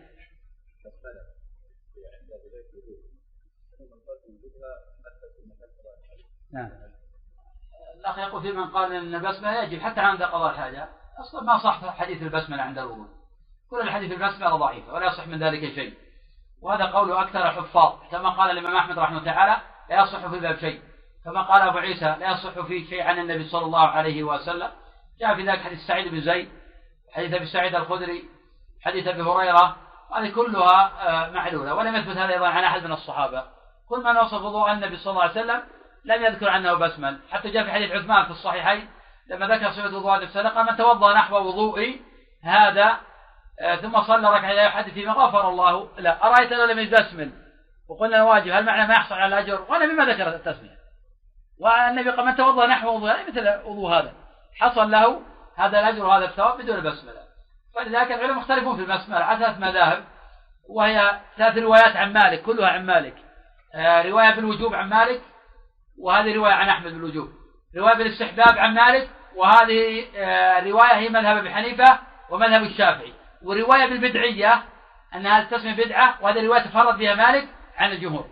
نعم الأخ يقول في من قال أن البسملة يجب حتى عند قضاء الحاجة. أصلا ما صح حديث البسملة عند الوضوء، كل الحديث البسملة ضعيفة ولا يصح من ذلك شيء، وهذا قول أكثر الحفاظ كما قال الإمام أحمد رحمه الله تعالى لا يصح في الباب شيء، كما قال أبو عيسى لا يصح فيه شيء عن النبي صلى الله عليه وسلم. جاء في ذلك حديث سعيد بن زيد، حديث أبي سعيد الخدري، حديث أبي هريرة، هذه كلها معلولة ولم يثبت هذا أيضا عن أحد من الصحابة. كل من وصف وضوء النبي صلى الله عليه وسلم لم يذكر عنه بسمل. حتى جاء في حديث عثمان في الصحيحين لما ذكر صفة وضوء النبي صلى الله عليه وسلم من توضأ نحو وضوئي هذا ثم صلى ركعتين لا يحدث فيما غفر الله لا. أرأيت لو لم يبسمل وقلنا واجب هل معنى ما يحصل على الأجر؟ والنبي ما ذكر التسمية، والنبي قال من توضأ نحو وضوء مثل وضوء هذا حصل له هذا الأجر وهذا الثواب بدون بسملة. فلذلك العلماء مختلفون في البسملة على 3 مذاهب، وهي 3 روايات عن مالك كلها عن مالك. رواية بالوجوب عن مالك، وهذه رواية عن أحمد بالوجوب. رواية بالاستحباب عن مالك، وهذه رواية هي مذهب أبي حنيفة ومذهب الشافعي. ورواية بالبدعية أنها تسمى بدعة، وهذه رواية تفرد بها مالك عن الجمهور.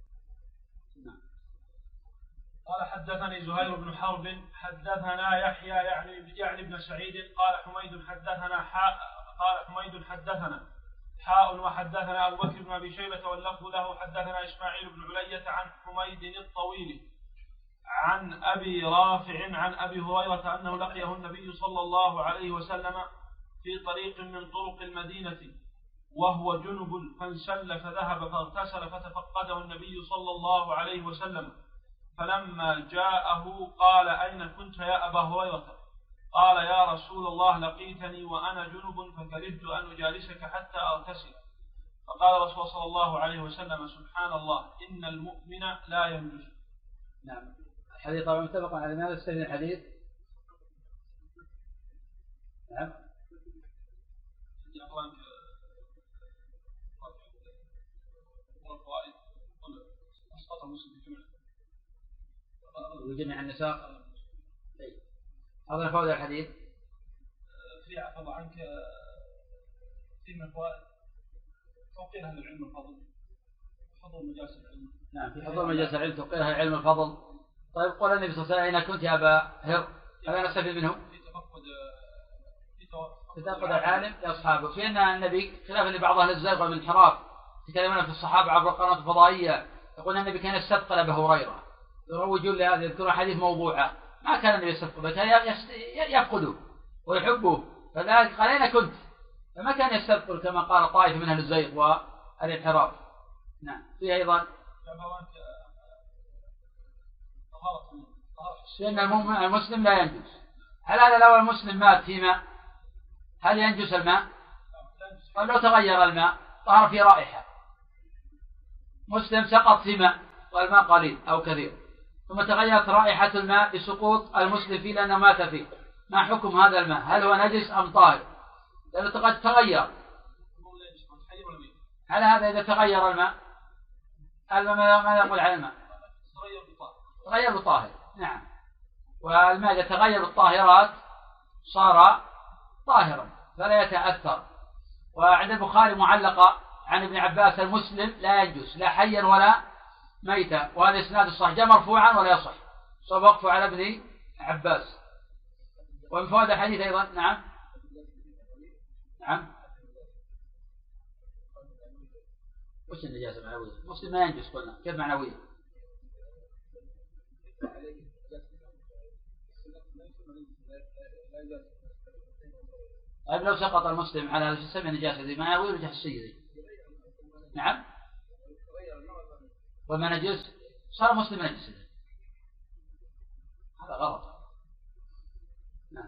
قال حدثني زهير بن حرب حدثنا يحيى يعني ابن سعيد قال حميد حدثنا حاء وحدثنا أبو بكر بن أبي شيبة واللفظ له حدثنا إسماعيل بن علية عن حميد الطويل عن أبي رافع عن أبي هريرة أنه لقيه النبي صلى الله عليه وسلم في طريق من طرق المدينة وهو جنب فانسل فذهب فاغتسل فتفقده النبي صلى الله عليه وسلم، فلما جاءه قال أين كنت يا أبا هريرة؟ قال يا رسول الله لقيتني وأنا جنب فكرهت أن أجالسك حتى أغتسل. فقال رسول صلى الله عليه وسلم سبحان الله إن المؤمن لا ينجس. نعم. الحديث طبعا متفق على ماذا استثنى الحديث؟ نعم. وجمع النساء. هذا فوائد الحديث. في عفو عنك في من فوائد توقير أهل العلم الفضل، حضور مجالس العلم. نعم، في حضور مجالس العلم توقير أهل العلم الفضل. طيب قال النبي صلى الله عليه وسلم أين كنت يا أبا هر؟ هذا نستفيد منه في تفقد العالم لأصحابه، في أن النبي خلافا لبعض أهل الزيغ والانحراف يتكلمون في الصحابة عبر القنوات الفضائية، يقول النبي كان يستثقل أبا هريرة، يروجون لهذا، يذكرون حديث موضوعة، ما كان النبي يستثقل، كان يفقده ويحبه، فذلك قال أين كنت؟ فما كان يستثقل كما قال طائفة من أهل الزيغ والانحراف. نعم. في أيضا لأن المسلم لا ينجس. هل هذا لو المسلم مات في ماء هل ينجس الماء؟ قال لو تغير الماء طهر في رائحة، مسلم سقط في ماء والماء قليل أو كثير ثم تغيرت رائحة الماء بسقوط المسلم فيه لأنه مات فيه، ما حكم هذا الماء؟ هل هو نجس أم طاهر؟ لأنه قد تغير. هل هذا إذا تغير الماء ماذا يقول على الماء؟ تغير بطاهر. نعم. والماء إذا تغير بالطاهرات صار طاهرا فلا يتأثر. وعند البخاري معلقة عن ابن عباس المسلم لا ينجس لا حيا ولا ميتا، وهذا إسناد الصحيح جاء مرفوعا ولا يصح، صار وقفه على ابن عباس. ومن فوائد الحديث أيضا. نعم. نعم. وش النجاسة معنوية؟ مسلم ما ينجس قلنا، كيف معنوية؟ طيب لو سقط المسلم على هذا السمع النجاسة ذي معنوية ولا حسية ذي؟ نعم. وما نجس صار مسلم نجس، هذا غلط. نعم.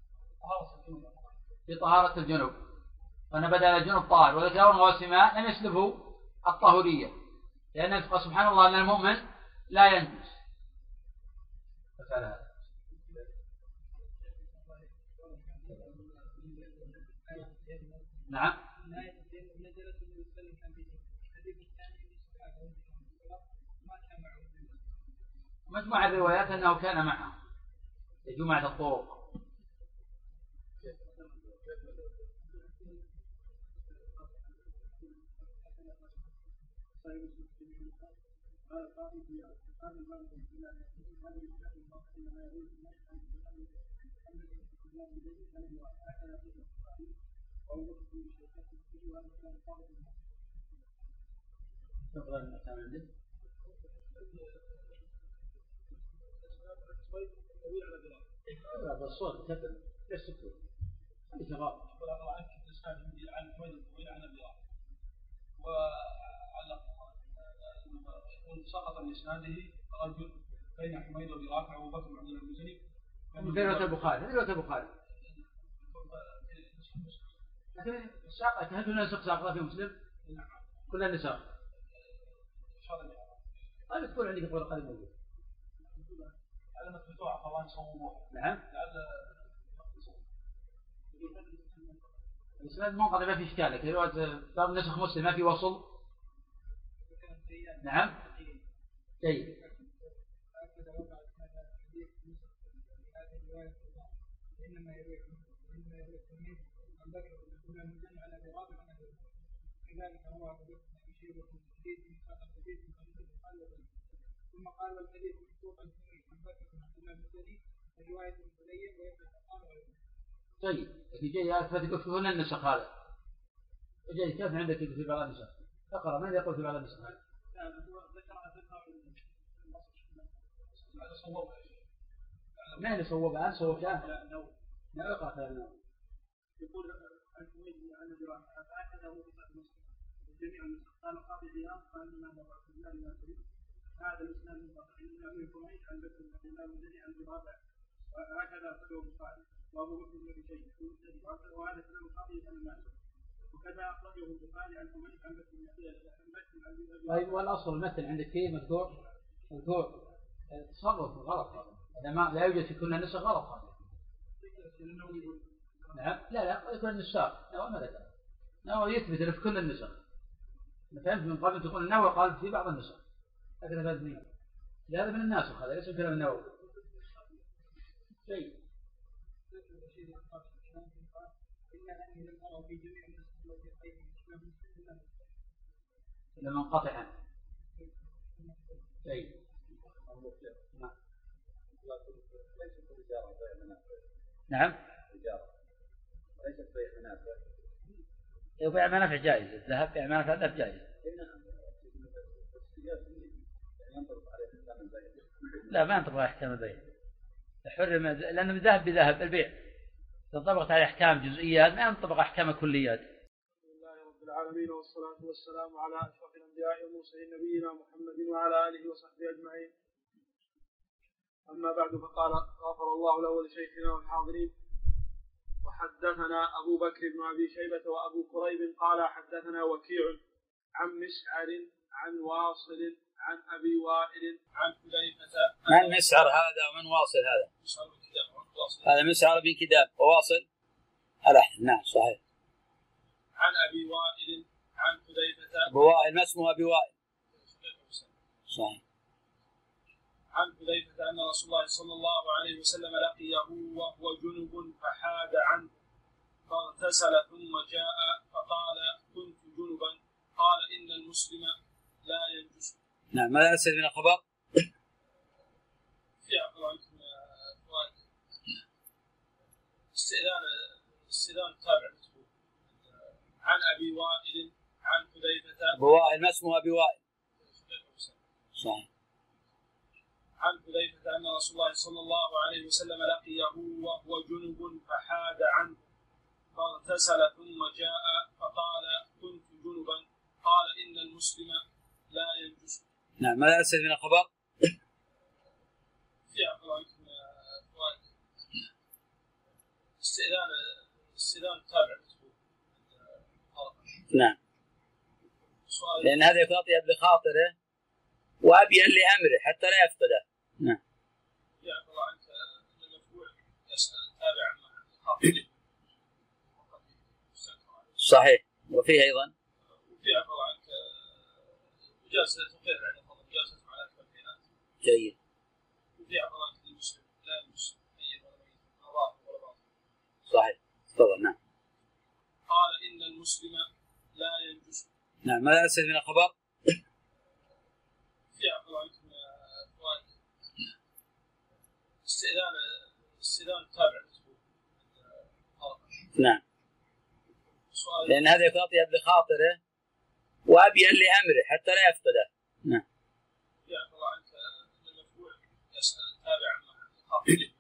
في طهارة الجنوب، وأن بدل الجنوب طاهر، وذكرون غاسما لم يسلبه الطهورية، لأن سبحان الله أن المؤمن لا ينجس. ففعل هذا. نعم. مجموعة الروايات أنه كان معه في جمعة الطرق. هذا الصوت كذب ليس سكوت هذه شغال. ولا عنك الإسلام عن حميد الطويل عن أبي رافع، وعلق سقط لإسناده رجل بين حميد وأبي رافع وأبو بكر بن عبد الله المزني من رواية البخاري. هذه رواية البخاري. لكن الساقط هل هنا ساقط في مسلم؟ كل النساء. طيب تقول عندك قول قليل موجود. على ما تفتوع فوان صوموه. نعم. الإسناد منقطع ما في إشكال، لكن رواية باب نسخ مسلم ما في وصل. نعم. جيد. ثم قال والحديث مكتوب عن رواية المسلم طيب لكن جاي فتقول في هنا النسخ هذا جاي كيف عندك في بعض النسخ اقرا من يقول في بعض النسخ هذا ما اللي صوبه أنت صوبته لا اقرا كلامه يقول عن هكذا هو جميع النسخ قال قاضي عياض قال لنا عبد الله بن مسعود هذا الاسلام منقطع من ابي حميد عن بكر بن عبد الله بن زيد عن رابع وهكذا اخرجه البخاري وابو بكر بن شيء وهذا كلام القاضي بن مسعود وكذا اخرجه البخاري عن حميد عن بكر بن عبد الله. طيب والاصل المثل عندك فيه مذكور تصرف غلط هذا ما لا يوجد في كل النسخ غلط هذا. نعم لا يكون النساخ لا ما ذكر نوى يثبت في كل النسخ فهمت من قبل تقول النووي قال في بعض النسخ لكن هذا منين هذا من الناسخ هذا ليس كلام النووي. شيء لما انقطع شيء نعم بيع منافع جائز الذهب بيع منافع الذهب جائز لا ما ينطبق أحكام البيع حرم لأنه الذهب بذهب البيع تنطبقت على أحكام جزئيات ما ينطبق أحكام كليات. الحمد لله رب العالمين والصلاة والسلام على أشرف الأنبياء والمرسلين نبينا محمد وعلى آله وصحبه أجمعين. أما بعد فقال غفر الله له ولشيخنا والحاضرين وحدثنا أبو بكر بن أبي شيبة وأبو كريب قال حدثنا وكيع عن مسعر عن واصل عن أبي وائل عن حذيفة. من مسعر هذا ومن واصل هذا؟ هذا مسعر بن كدام وواصل الأحد. نعم صحيح. عن أبي وائل عن حذيفة. أبو وائل ما اسمه أبي وائل صحيح. عن حذيفة أن رسول الله صلى الله عليه وسلم لقيه وهو جنب فحاد عنه فاغتسل ثم جاء فقال كنت جنبا قال إن المسلم لا ينجس. نعم ماذا أسأل من الخبر؟ في عقل استئذان تابع عن أبي وائل عن حذيفة. أبو وائل ما اسمه أبي وائل صحيح. عن حذيفة أن رسول الله صلى الله عليه وسلم لقيه وهو جنب فحاد عنه فاغتسل ثم جاء فقال كنت جنبا قال إن المسلم لا ينجس. نعم ماذا أسأل من الخبر؟ في عقل استئذان تابع. نعم لأن هذا يكون أطيب لخاطره وأبين لأمره حتى لا يفقده. نعم يعبر عنك المفعول يسأل تابع عن صحيح. وفيه أيضا وفي عبر عنك مجازة تقر عن فضل مجازة على الكلمات. جيد. وفي عبر عنك المسلم لا يمس أي ولا ميت ولا باطل. صحيح. تفضل. نعم قال إن المسلم لا ينجس. نعم ماذا أسأل من الخبر؟ في عبر عنك استئذان تابع. نعم لأن هذا يكون أطيب لخاطره وأبين لأمره حتى لا يفقده. نعم يعبر عنك المفعول يسأل تابع عن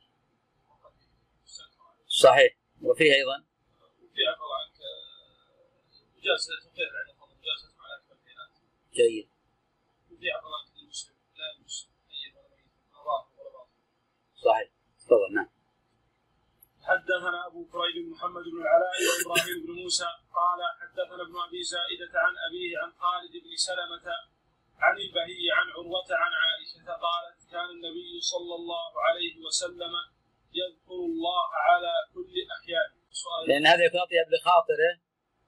صحيح. وفيه أيضا وفي عبر عنك مجازة تقر عن فضل مجازة على الكلمات. جيد. وفي عبر عنك المسلم لا يمس أي ولا ميت ولا باطل. صحيح. تفضل. نعم حدثنا أبو كريب محمد بن العلاء وإبراهيم بن موسى قال حدثنا ابن أبي زائدة عن أبيه عن خالد بن سلمة عن البهي عن عروة عن عائشة قالت كان النبي صلى الله عليه وسلم يذكر الله على كل أحيانه. لأن هذا يكون أطيب لخاطره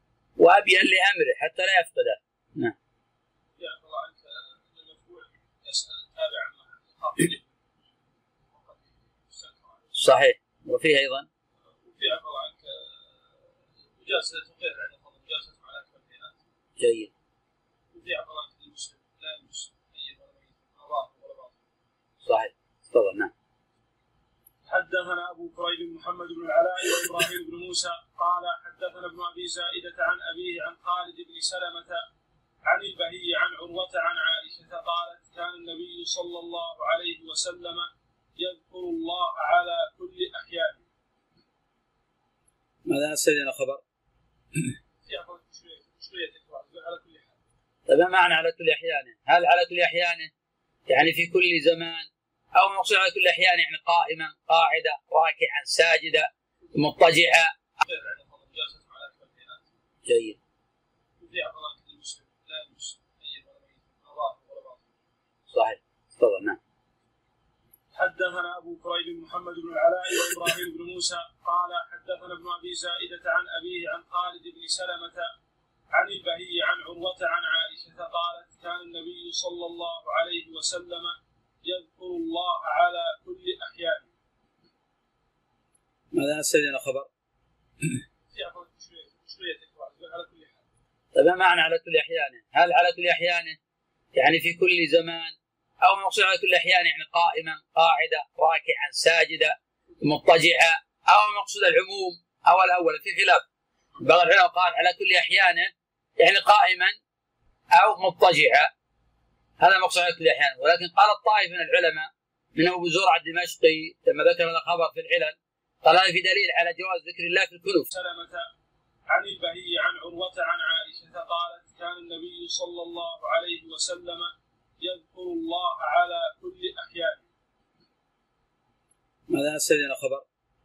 وأبين لأمره حتى لا يفقده. نعم يعبر عنك المفعول صحيح. وفيه أيضا وفي عفوا عنك مجالسة غير يعني مجالسة على أكثر البيانات. جيد. وفي عفوا عنك المسلم لا يمس أي ولا باطل. صحيح. تفضل. نعم. حدثنا أبو كريب محمد بن العلاء وإبراهيم بن موسى قال حدثنا ابن أبي زائدة عن أبيه عن خالد بن سلمة عن البهي عن عروة عن عائشة قالت كان النبي صلى الله عليه وسلم يذكر الله على كل أحيانه. ماذا أستاذنا خبر؟ شوية تكرار على كل حال. طيب ما معنى على كل أحيانه؟ هل على كل أحيانه يعني في كل زمان، أو مقصود على كل أحيانه يعني قائما قاعدة راكعا ساجدا مضطجعا؟ جيد. صحيح. تفضل. نعم. حدثنا أبو كريب محمد بن العلاء وإبراهيم بن موسى قال حدثنا ابن أبي زائدة عن أبيه عن خالد بن سلمة عن البهي عن عروة عن عائشة قالت كان النبي صلى الله عليه وسلم يذكر الله على كل أحيانه. ماذا أستاذنا خبر؟ شوية تكرار على كل حال. طيب ما معنى على كل أحيانه؟ هل على كل أحيانه يعني في كل زمان، أو مقصود على كل أحيانه يعني قائما قاعدة راكعا ساجدا مضطجعا، أو مقصود العموم أو الأول؟ في خلاف. بعض العلماء قال على كل أحيانه يعني قائما أو مضطجعا، هذا مقصود على كل أحيانه. ولكن قال الطائف من العلماء منه أبو زرعة الدمشقي لما ذكر هذا الخبر في العلل قال هذا في دليل على جواز ذكر الله في الكنوف. سلمة عن البهي عن عروة عن عائشة قالت كان النبي صلى الله عليه وسلم يذكر الله على كل أحيانه. ماذا أستاذنا خبر؟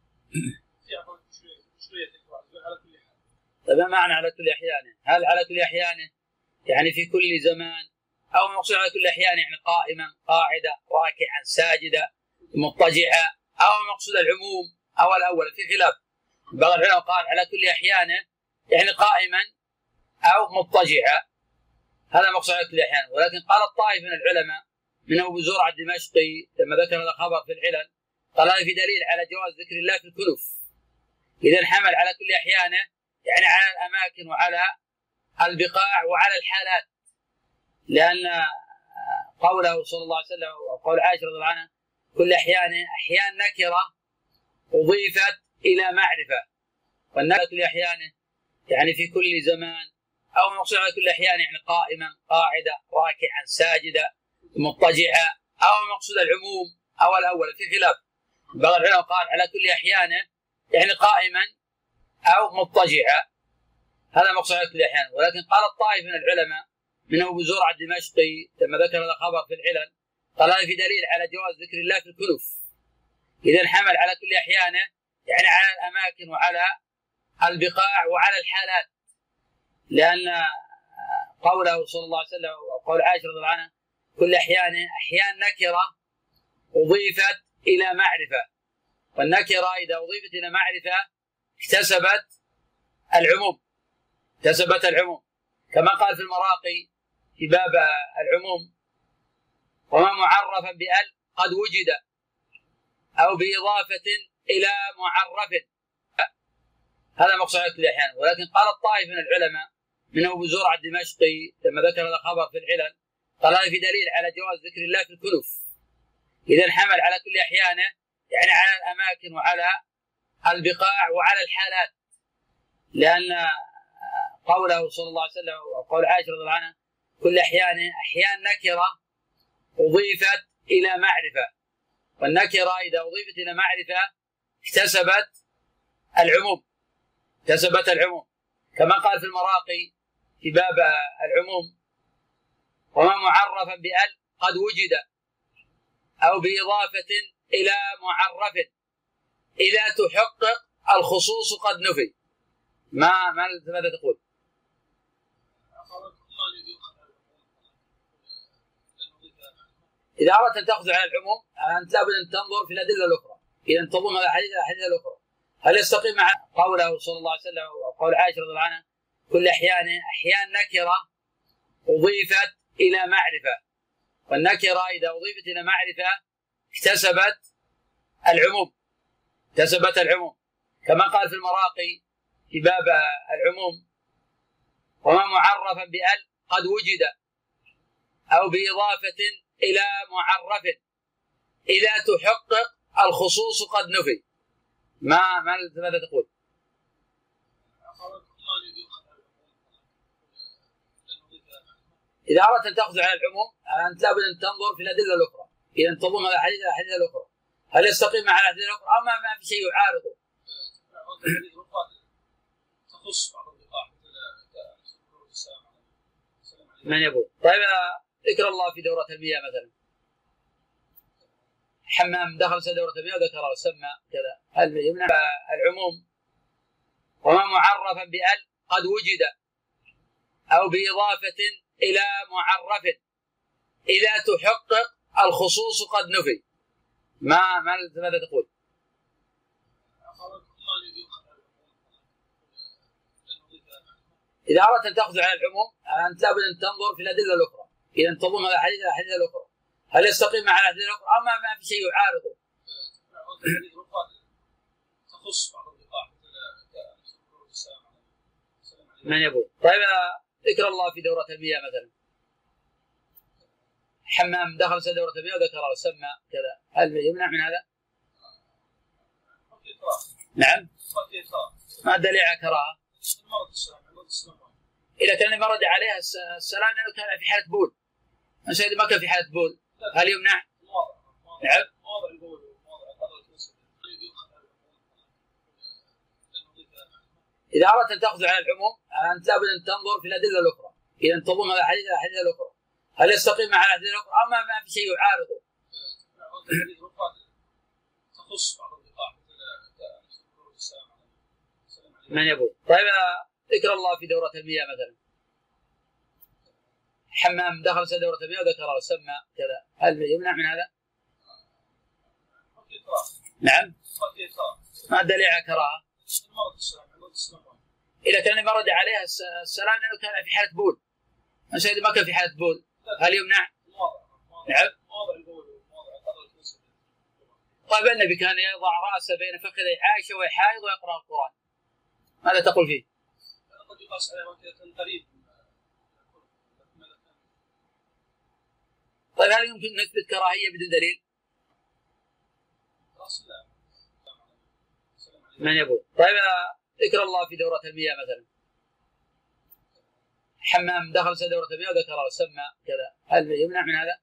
شوية تكرار على كل حال. طيب ما معنى على كل أحيانه؟ هل على كل أحيانه يعني في كل زمان، أو مقصود على كل أحيانه يعني قائما قاعدة راكعا ساجدا مضطجعا، أو مقصود العموم أو الأول؟ في خلاف. بعض العلماء قال على كل أحيانه يعني قائما أو مضطجعا، هذا مقصود على كل أحيانه. ولكن قال الطائف من العلماء منه أبو زرعة الدمشقي لما ذكر هذا الخبر في العلل قال هذا في دليل على جواز ذكر الله في الكنوف. إذا حمل على كل أحيانه يعني على الأماكن وعلى البقاع وعلى الحالات، لأن قوله صلى الله عليه وسلم وقول عائشة رضي الله عنها كل أحيانه أحيان نكرة أضيفت إلى معرفة، والنكرة كل أحيانه يعني في كل زمان، أو مقصود على كل أحيانه يعني قائما قاعدة راكعا ساجدا مضطجعا، أو مقصود العموم أو الأول؟ في خلاف. بعض العلماء قال على كل أحيانه يعني قائما أو مضطجعا، هذا مقصود على كل أحيانه. ولكن قال الطائف من العلماء منه أبو زرعة الدمشقي لما ذكر هذا الخبر في العلل قال هذا في دليل على جواز ذكر الله في الكنوف. إذا حمل على كل أحيانه يعني على الأماكن وعلى البقاع وعلى الحالات، لأن قوله صلى الله عليه وسلم وقول عائشة رضي الله عنها كل أحيانه أحيان نكرة أضيفت إلى معرفة، والنكرة إذا أضيفت إلى معرفة اكتسبت العموم، كما قال في المراقي في باب العموم وما معرفا بأل قد وجد أو بإضافة إلى معرف، هذا مقصود على كل أحيان. ولكن قال الطائف من العلماء منه أبو زرعة الدمشقي لما ذكر هذا الخبر في العلل قال هذا في دليل على جواز ذكر الله في الكنوف. إذا حمل على كل أحيانه يعني على الأماكن وعلى البقاع وعلى الحالات، لأن قوله صلى الله عليه وسلم وقول عائشة رضي الله عنها كل أحيانه أحيان نكرة أضيفت إلى معرفة، والنكرة إذا أضيفت إلى معرفة اكتسبت العموم، كما قال في المراقي في باب العموم وما معرفا بأل قد وجد أو بإضافة إلى معرف إذا تحقق الخصوص قد نفي. ماذا تقول؟ إذا أردت أن تأخذ على العموم أنت لابد أن تنظر في الأدلة الأخرى، إذا تضم الأحاديث الأخرى هل يستقيم مع قوله صلى الله عليه وسلم وقول عائشة رضي الله عنها كل أحيان نكرة أضيفت إلى معرفة، والنكرة إذا أضيفت إلى معرفة اكتسبت العموم، اكتسبت العموم، كما قال في المراقي في باب العموم: وما معرفا بأل قد وجد أو بإضافة إلى معرف إذا تحقق الخصوص قد نفي. ماذا تقول؟ إذا أردت أن تأخذ على العموم أنت لابد أن تنظر في الأدلة الأخرى، إذا تضم الأحاديث الأخرى هل يستقيم مع الأحاديث الأخرى أو ما في شيء يعارضه؟ تخص بعض البقاع من يقول؟ طيب ذكر الله في دورة المياه مثلا، حمام دخل دورة المياه وذكر وسمى كذا، هل يمنع العموم؟ وما معرفا بأل قد وجد أو بإضافة إلى معرف إذا تحقق الخصوص قد نفي. ماذا تقول؟ إذا أردت أن تأخذ على العموم أنت لابد أن تنظر في الأدلة الأخرى، إذا تضم الأحاديث الأخرى هل يستقيم مع الأحاديث الأخرى أو ما في شيء يعارضه؟ تخص بعض البقاع من يقول؟ طيب ذكر الله في دورة المياه مثلا، حمام دخل دورة المياه وذكر وسمى كذا، هل يمنع من هذا؟ نعم. ما الدليل على كراهة؟ إذا كان المرض عليها السلام لأنه كان في حالة بول، إذا ما كان في حالة بول هل يمنع؟ نعم. إذا أردت أن تأخذ على العموم أنت لابد أن تنظر في الأدلة الأخرى، إذا تضم الأحاديث الأخرى هل يستقيم مع الأحاديث الأخرى أو ما في شيء يعارضه؟ تخص بعض البقاع من يقول؟ طيب ذكر الله في دورة المياه مثلا، حمام دخل دورة المياه وذكر وسمى كذا، هل يمنع من هذا؟ نعم. ما الدليل على كراهة؟ إذا كان المرض عليها السلام لأنه كان في حالة بول، إذا ما كان في حالة بول هل يمنع؟ نعم. طيب النبي كان يضع رأسه بين فخذي عائشة وهي حائض ويقرأ القرآن، ماذا تقول فيه؟ قد يقاس عليه وكيلة قريب. طيب هل يمكن نثبت كراهية بدون دليل؟ من يقول؟ طيب ذكر الله في دورة المياه مثلا، حمام دخل دورة المياه وذكر وسمى كذا، هل يمنع من هذا؟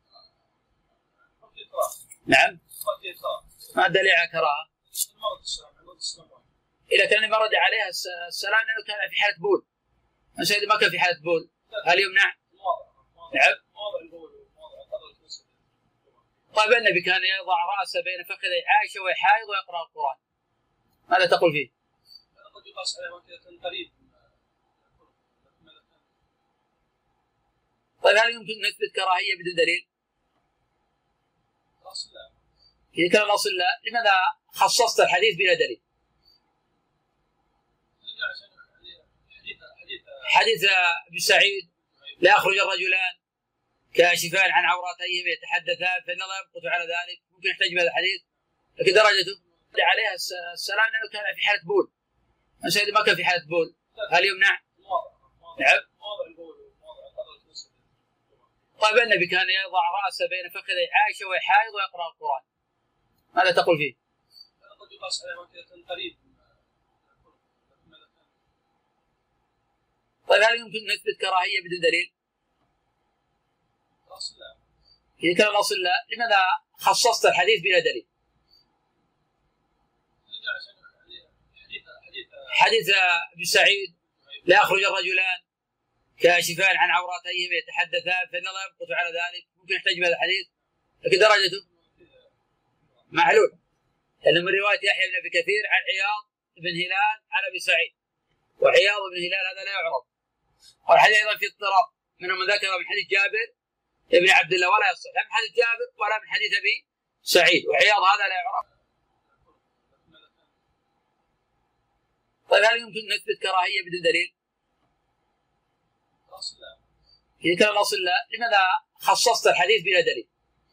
نعم. ما الدليل على كراهة؟ إذا كان المرض عليها السلام لأنه كان في حالة بول، إذا ما كان في حالة بول هل يمنع؟ نعم. طيب النبي كان يضع رأسه بين فخذي عائشة وهي حائض ويقرأ القرآن، ماذا تقول فيه؟ قد يقاس عليه وكيلة قريب. طيب هل يمكن نثبت كراهية بدون دليل؟ إذا كان الأصل لا، لماذا خصصت الحديث بلا دليل؟ حديث ابن سعيد: لا يخرج الرجلان كاشفان عن عوراتيهم يتحدثان فإن الله يمقت على ذلك، ممكن يحتاج بهذا الحديث، لكن درجته عليها السلام لأنه كان في حالة بول، إذا ما كان في حالة بول هل يمنع؟ نعم. طيب النبي كان يضع رأسه بين فخذي عائشة وهي حائض ويقرأ القرآن، ماذا تقول فيه؟ قد يقاس عليه وكيلة قريب. طيب هل يمكن نثبت كراهية بدون دليل؟ إذا كان الأصل لا، لماذا خصصت الحديث بلا دليل؟ حديث ابن سعيد: لا يخرج الرجلان كاشفان عن عوراتيهم يتحدثان فإن الله يمقت على ذلك، ممكن يحتاج بهذا الحديث، لكن درجته معلول، لأن من رواية يحيى بن أبي كثير عن عياض بن هلال عن أبي سعيد، وعياض بن هلال هذا لا يعرف، والحديث أيضا في اضطراب، منهم من ذكر من حديث جابر ابن عبد الله ولا يصح، لا من حديث جابر ولا من حديث أبي سعيد، وعياض هذا لا يعرف. طيب هل يمكن نثبت كراهية بدون دليل؟ إذا كان الأصل لا، لماذا خصصت الحديث بلا دليل؟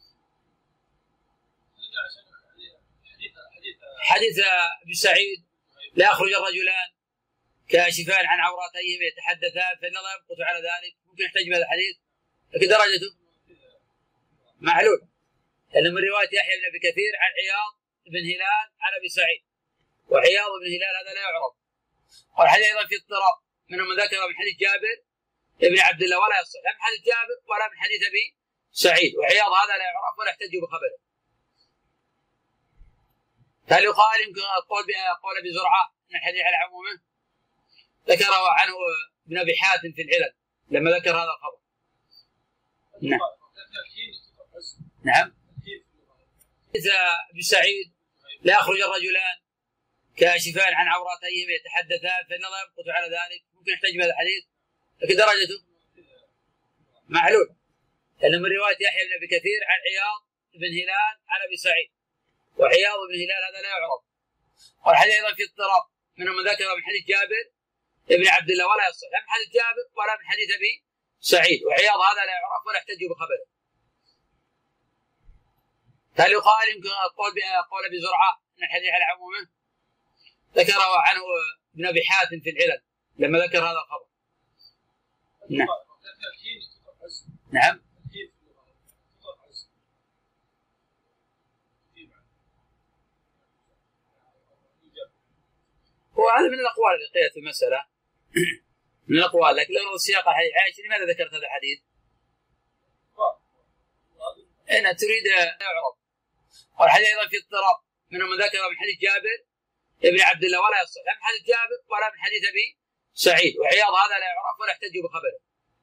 حديث ابن سعيد لا يخرج الرجلان كاشفان عن عوراتيهم يتحدثان فإن الله يمقت على ذلك، ممكن يحتج بهذا الحديث، لكن درجته معلول، لأنه من رواية يحيى بن أبي كثير عن عياض بن هلال عن أبي سعيد، وعياض بن هلال هذا لا يعرف، والحديث أيضا في اضطراب، منهم من ذكر من حديث جابر ابن عبد الله ولا يصح لا من حديث جابر ولا من حديث أبي سعيد، وعياض هذا لا يعرف ولا يحتج بخبره. هل يقال يمكن قول ابي زرعه ان الحديث على عمومه؟ ذكره عنه ابن ابي حاتم في العلل لما ذكر هذا الخبر. نعم. نعم. إذا ابن سعيد لا يخرج الرجلان كاشفان عن عوراتيهم يتحدثان فإن الله يمقت على ذلك، ممكن يحتج بهذا الحديث، لكن درجته معلول، لأنه من رواية يحيى بن أبي كثير عن عياض بن هلال عن أبي سعيد، وعياض بن هلال هذا لا يعرف، والحديث أيضا في اضطراب، منهم من ذكر من حديث جابر ابن عبد الله ولا يصح لا من حديث جابر ولا من حديث أبي سعيد، وعياض هذا لا يعرف ولا يحتج بخبره. هل يقال يمكن قول ابي زرعه ان الحديث على عمومه؟ ذكره عنه ابن ابي حاتم في العلل لما ذكر هذا الخبر. نعم. نعم. هو هذا من الاقوال اللي قيلت في المساله من الاقوال، لكن لو سياق الحديث عائشه لماذا ذكرت هذا الحديث؟ ان تريد يعرف، والحديث ايضا في اضطراب، منهم من ذكر من حديث جابر ابن عبد الله ولا يصح لا من حديث جابر ولا من حديث ابي سعيد، وعياض هذا لا يعرف ولا يحتج بخبره.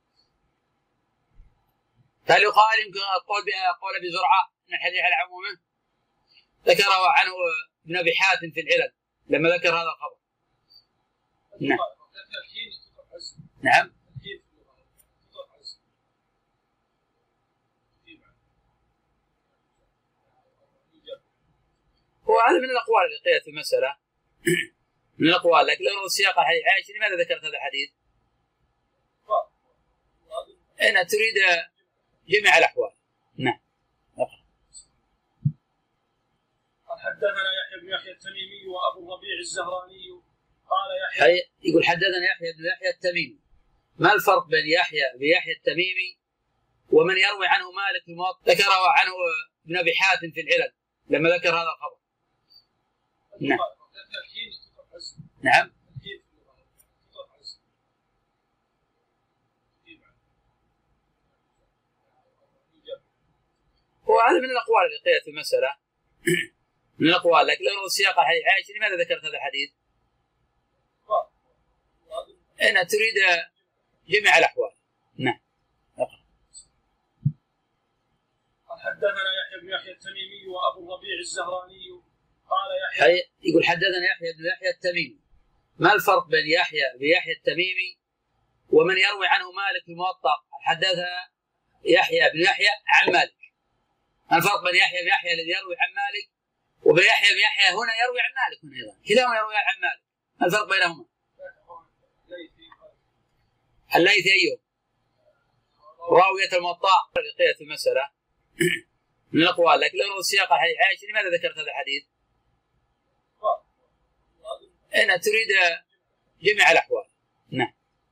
هل يقال يمكن قول ابي زرعه ان الحديث على عمومه؟ ذكره عنه ابن ابي حاتم في العلل لما ذكر هذا الخبر. نعم. نعم. هو هذا من الاقوال اللي قيلت في المساله من الاقوال، لكن لو سياق الحديث عائشه لماذا ذكرت هذا الحديث؟ ان تريد جميع الاحوال. نعم. حدثنا يحيى بن يحيى التميمي وابو الربيع الزهراني قال يحيى يقول حدثنا يحيى بن يحيى التميمي. ما الفرق بين يحيى التميمي ومن يروي عنه مالك في الموطأ؟ ذكره عنه ابن ابي حاتم في العلل لما ذكر هذا الخبر. نعم. نعم. هو هذا من الاقوال اللي قيلت في المساله من الاقوال، لكن لو سياق الحديث عائشه لماذا ذكرت هذا الحديث؟ ان تريد جميع الاحوال. نعم. حدثنا يحيى بن يحيى التميمي وابو الربيع الزهراني قال يحيى يقول حدثنا يحيى بن يحيى التميمي. ما الفرق بين يحيى التميمي ومن يروي عنه مالك في الموطأ؟ حدثنا يحيى بن يحيى عن مالك. ما الفرق بين يحيى بن يحيى الذي يروي عن مالك وبين يحيى بن يحيى هنا يروي عن مالك هنا ايضا، كلاهما يروي عن مالك، ما الفرق بينهما؟ الليثي ايوب راوية الموطأ اللي قيلت في المسألة من الاقوال، لكن لو سياق الحديث عائشه لماذا ذكرت هذا الحديث؟ ان تريد جميع الاحوال. نعم.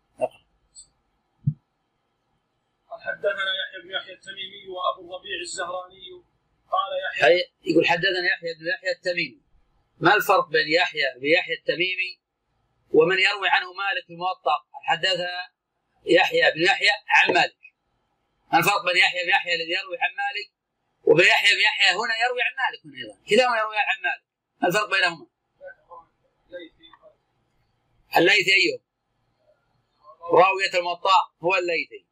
حدثنا يحيى بن يحيى التميمي وابو الربيع الزهراني قال يحيى يقول حدثنا يحيى بن يحيى التميمي. ما الفرق بين يحيى التميمي ومن يروي عنه مالك في الموطأ؟ حدثنا يحيى بن يحيى عن مالك. ما الفرق بين يحيى بن يحيى الذي يروي عن مالك وبين يحيى بن يحيى هنا يروي عن مالك هنا ايضا، كلاهما يروي عن مالك، ما الفرق بينهما؟ الليثي ايوب راوية الموطأ هو الليثي،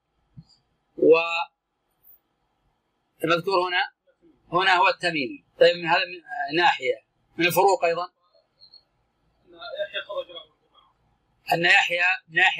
والمذكور هنا هو التميمي. طيب من هذا ناحية من الفروق ايضا يحيى خرج له ان يحيى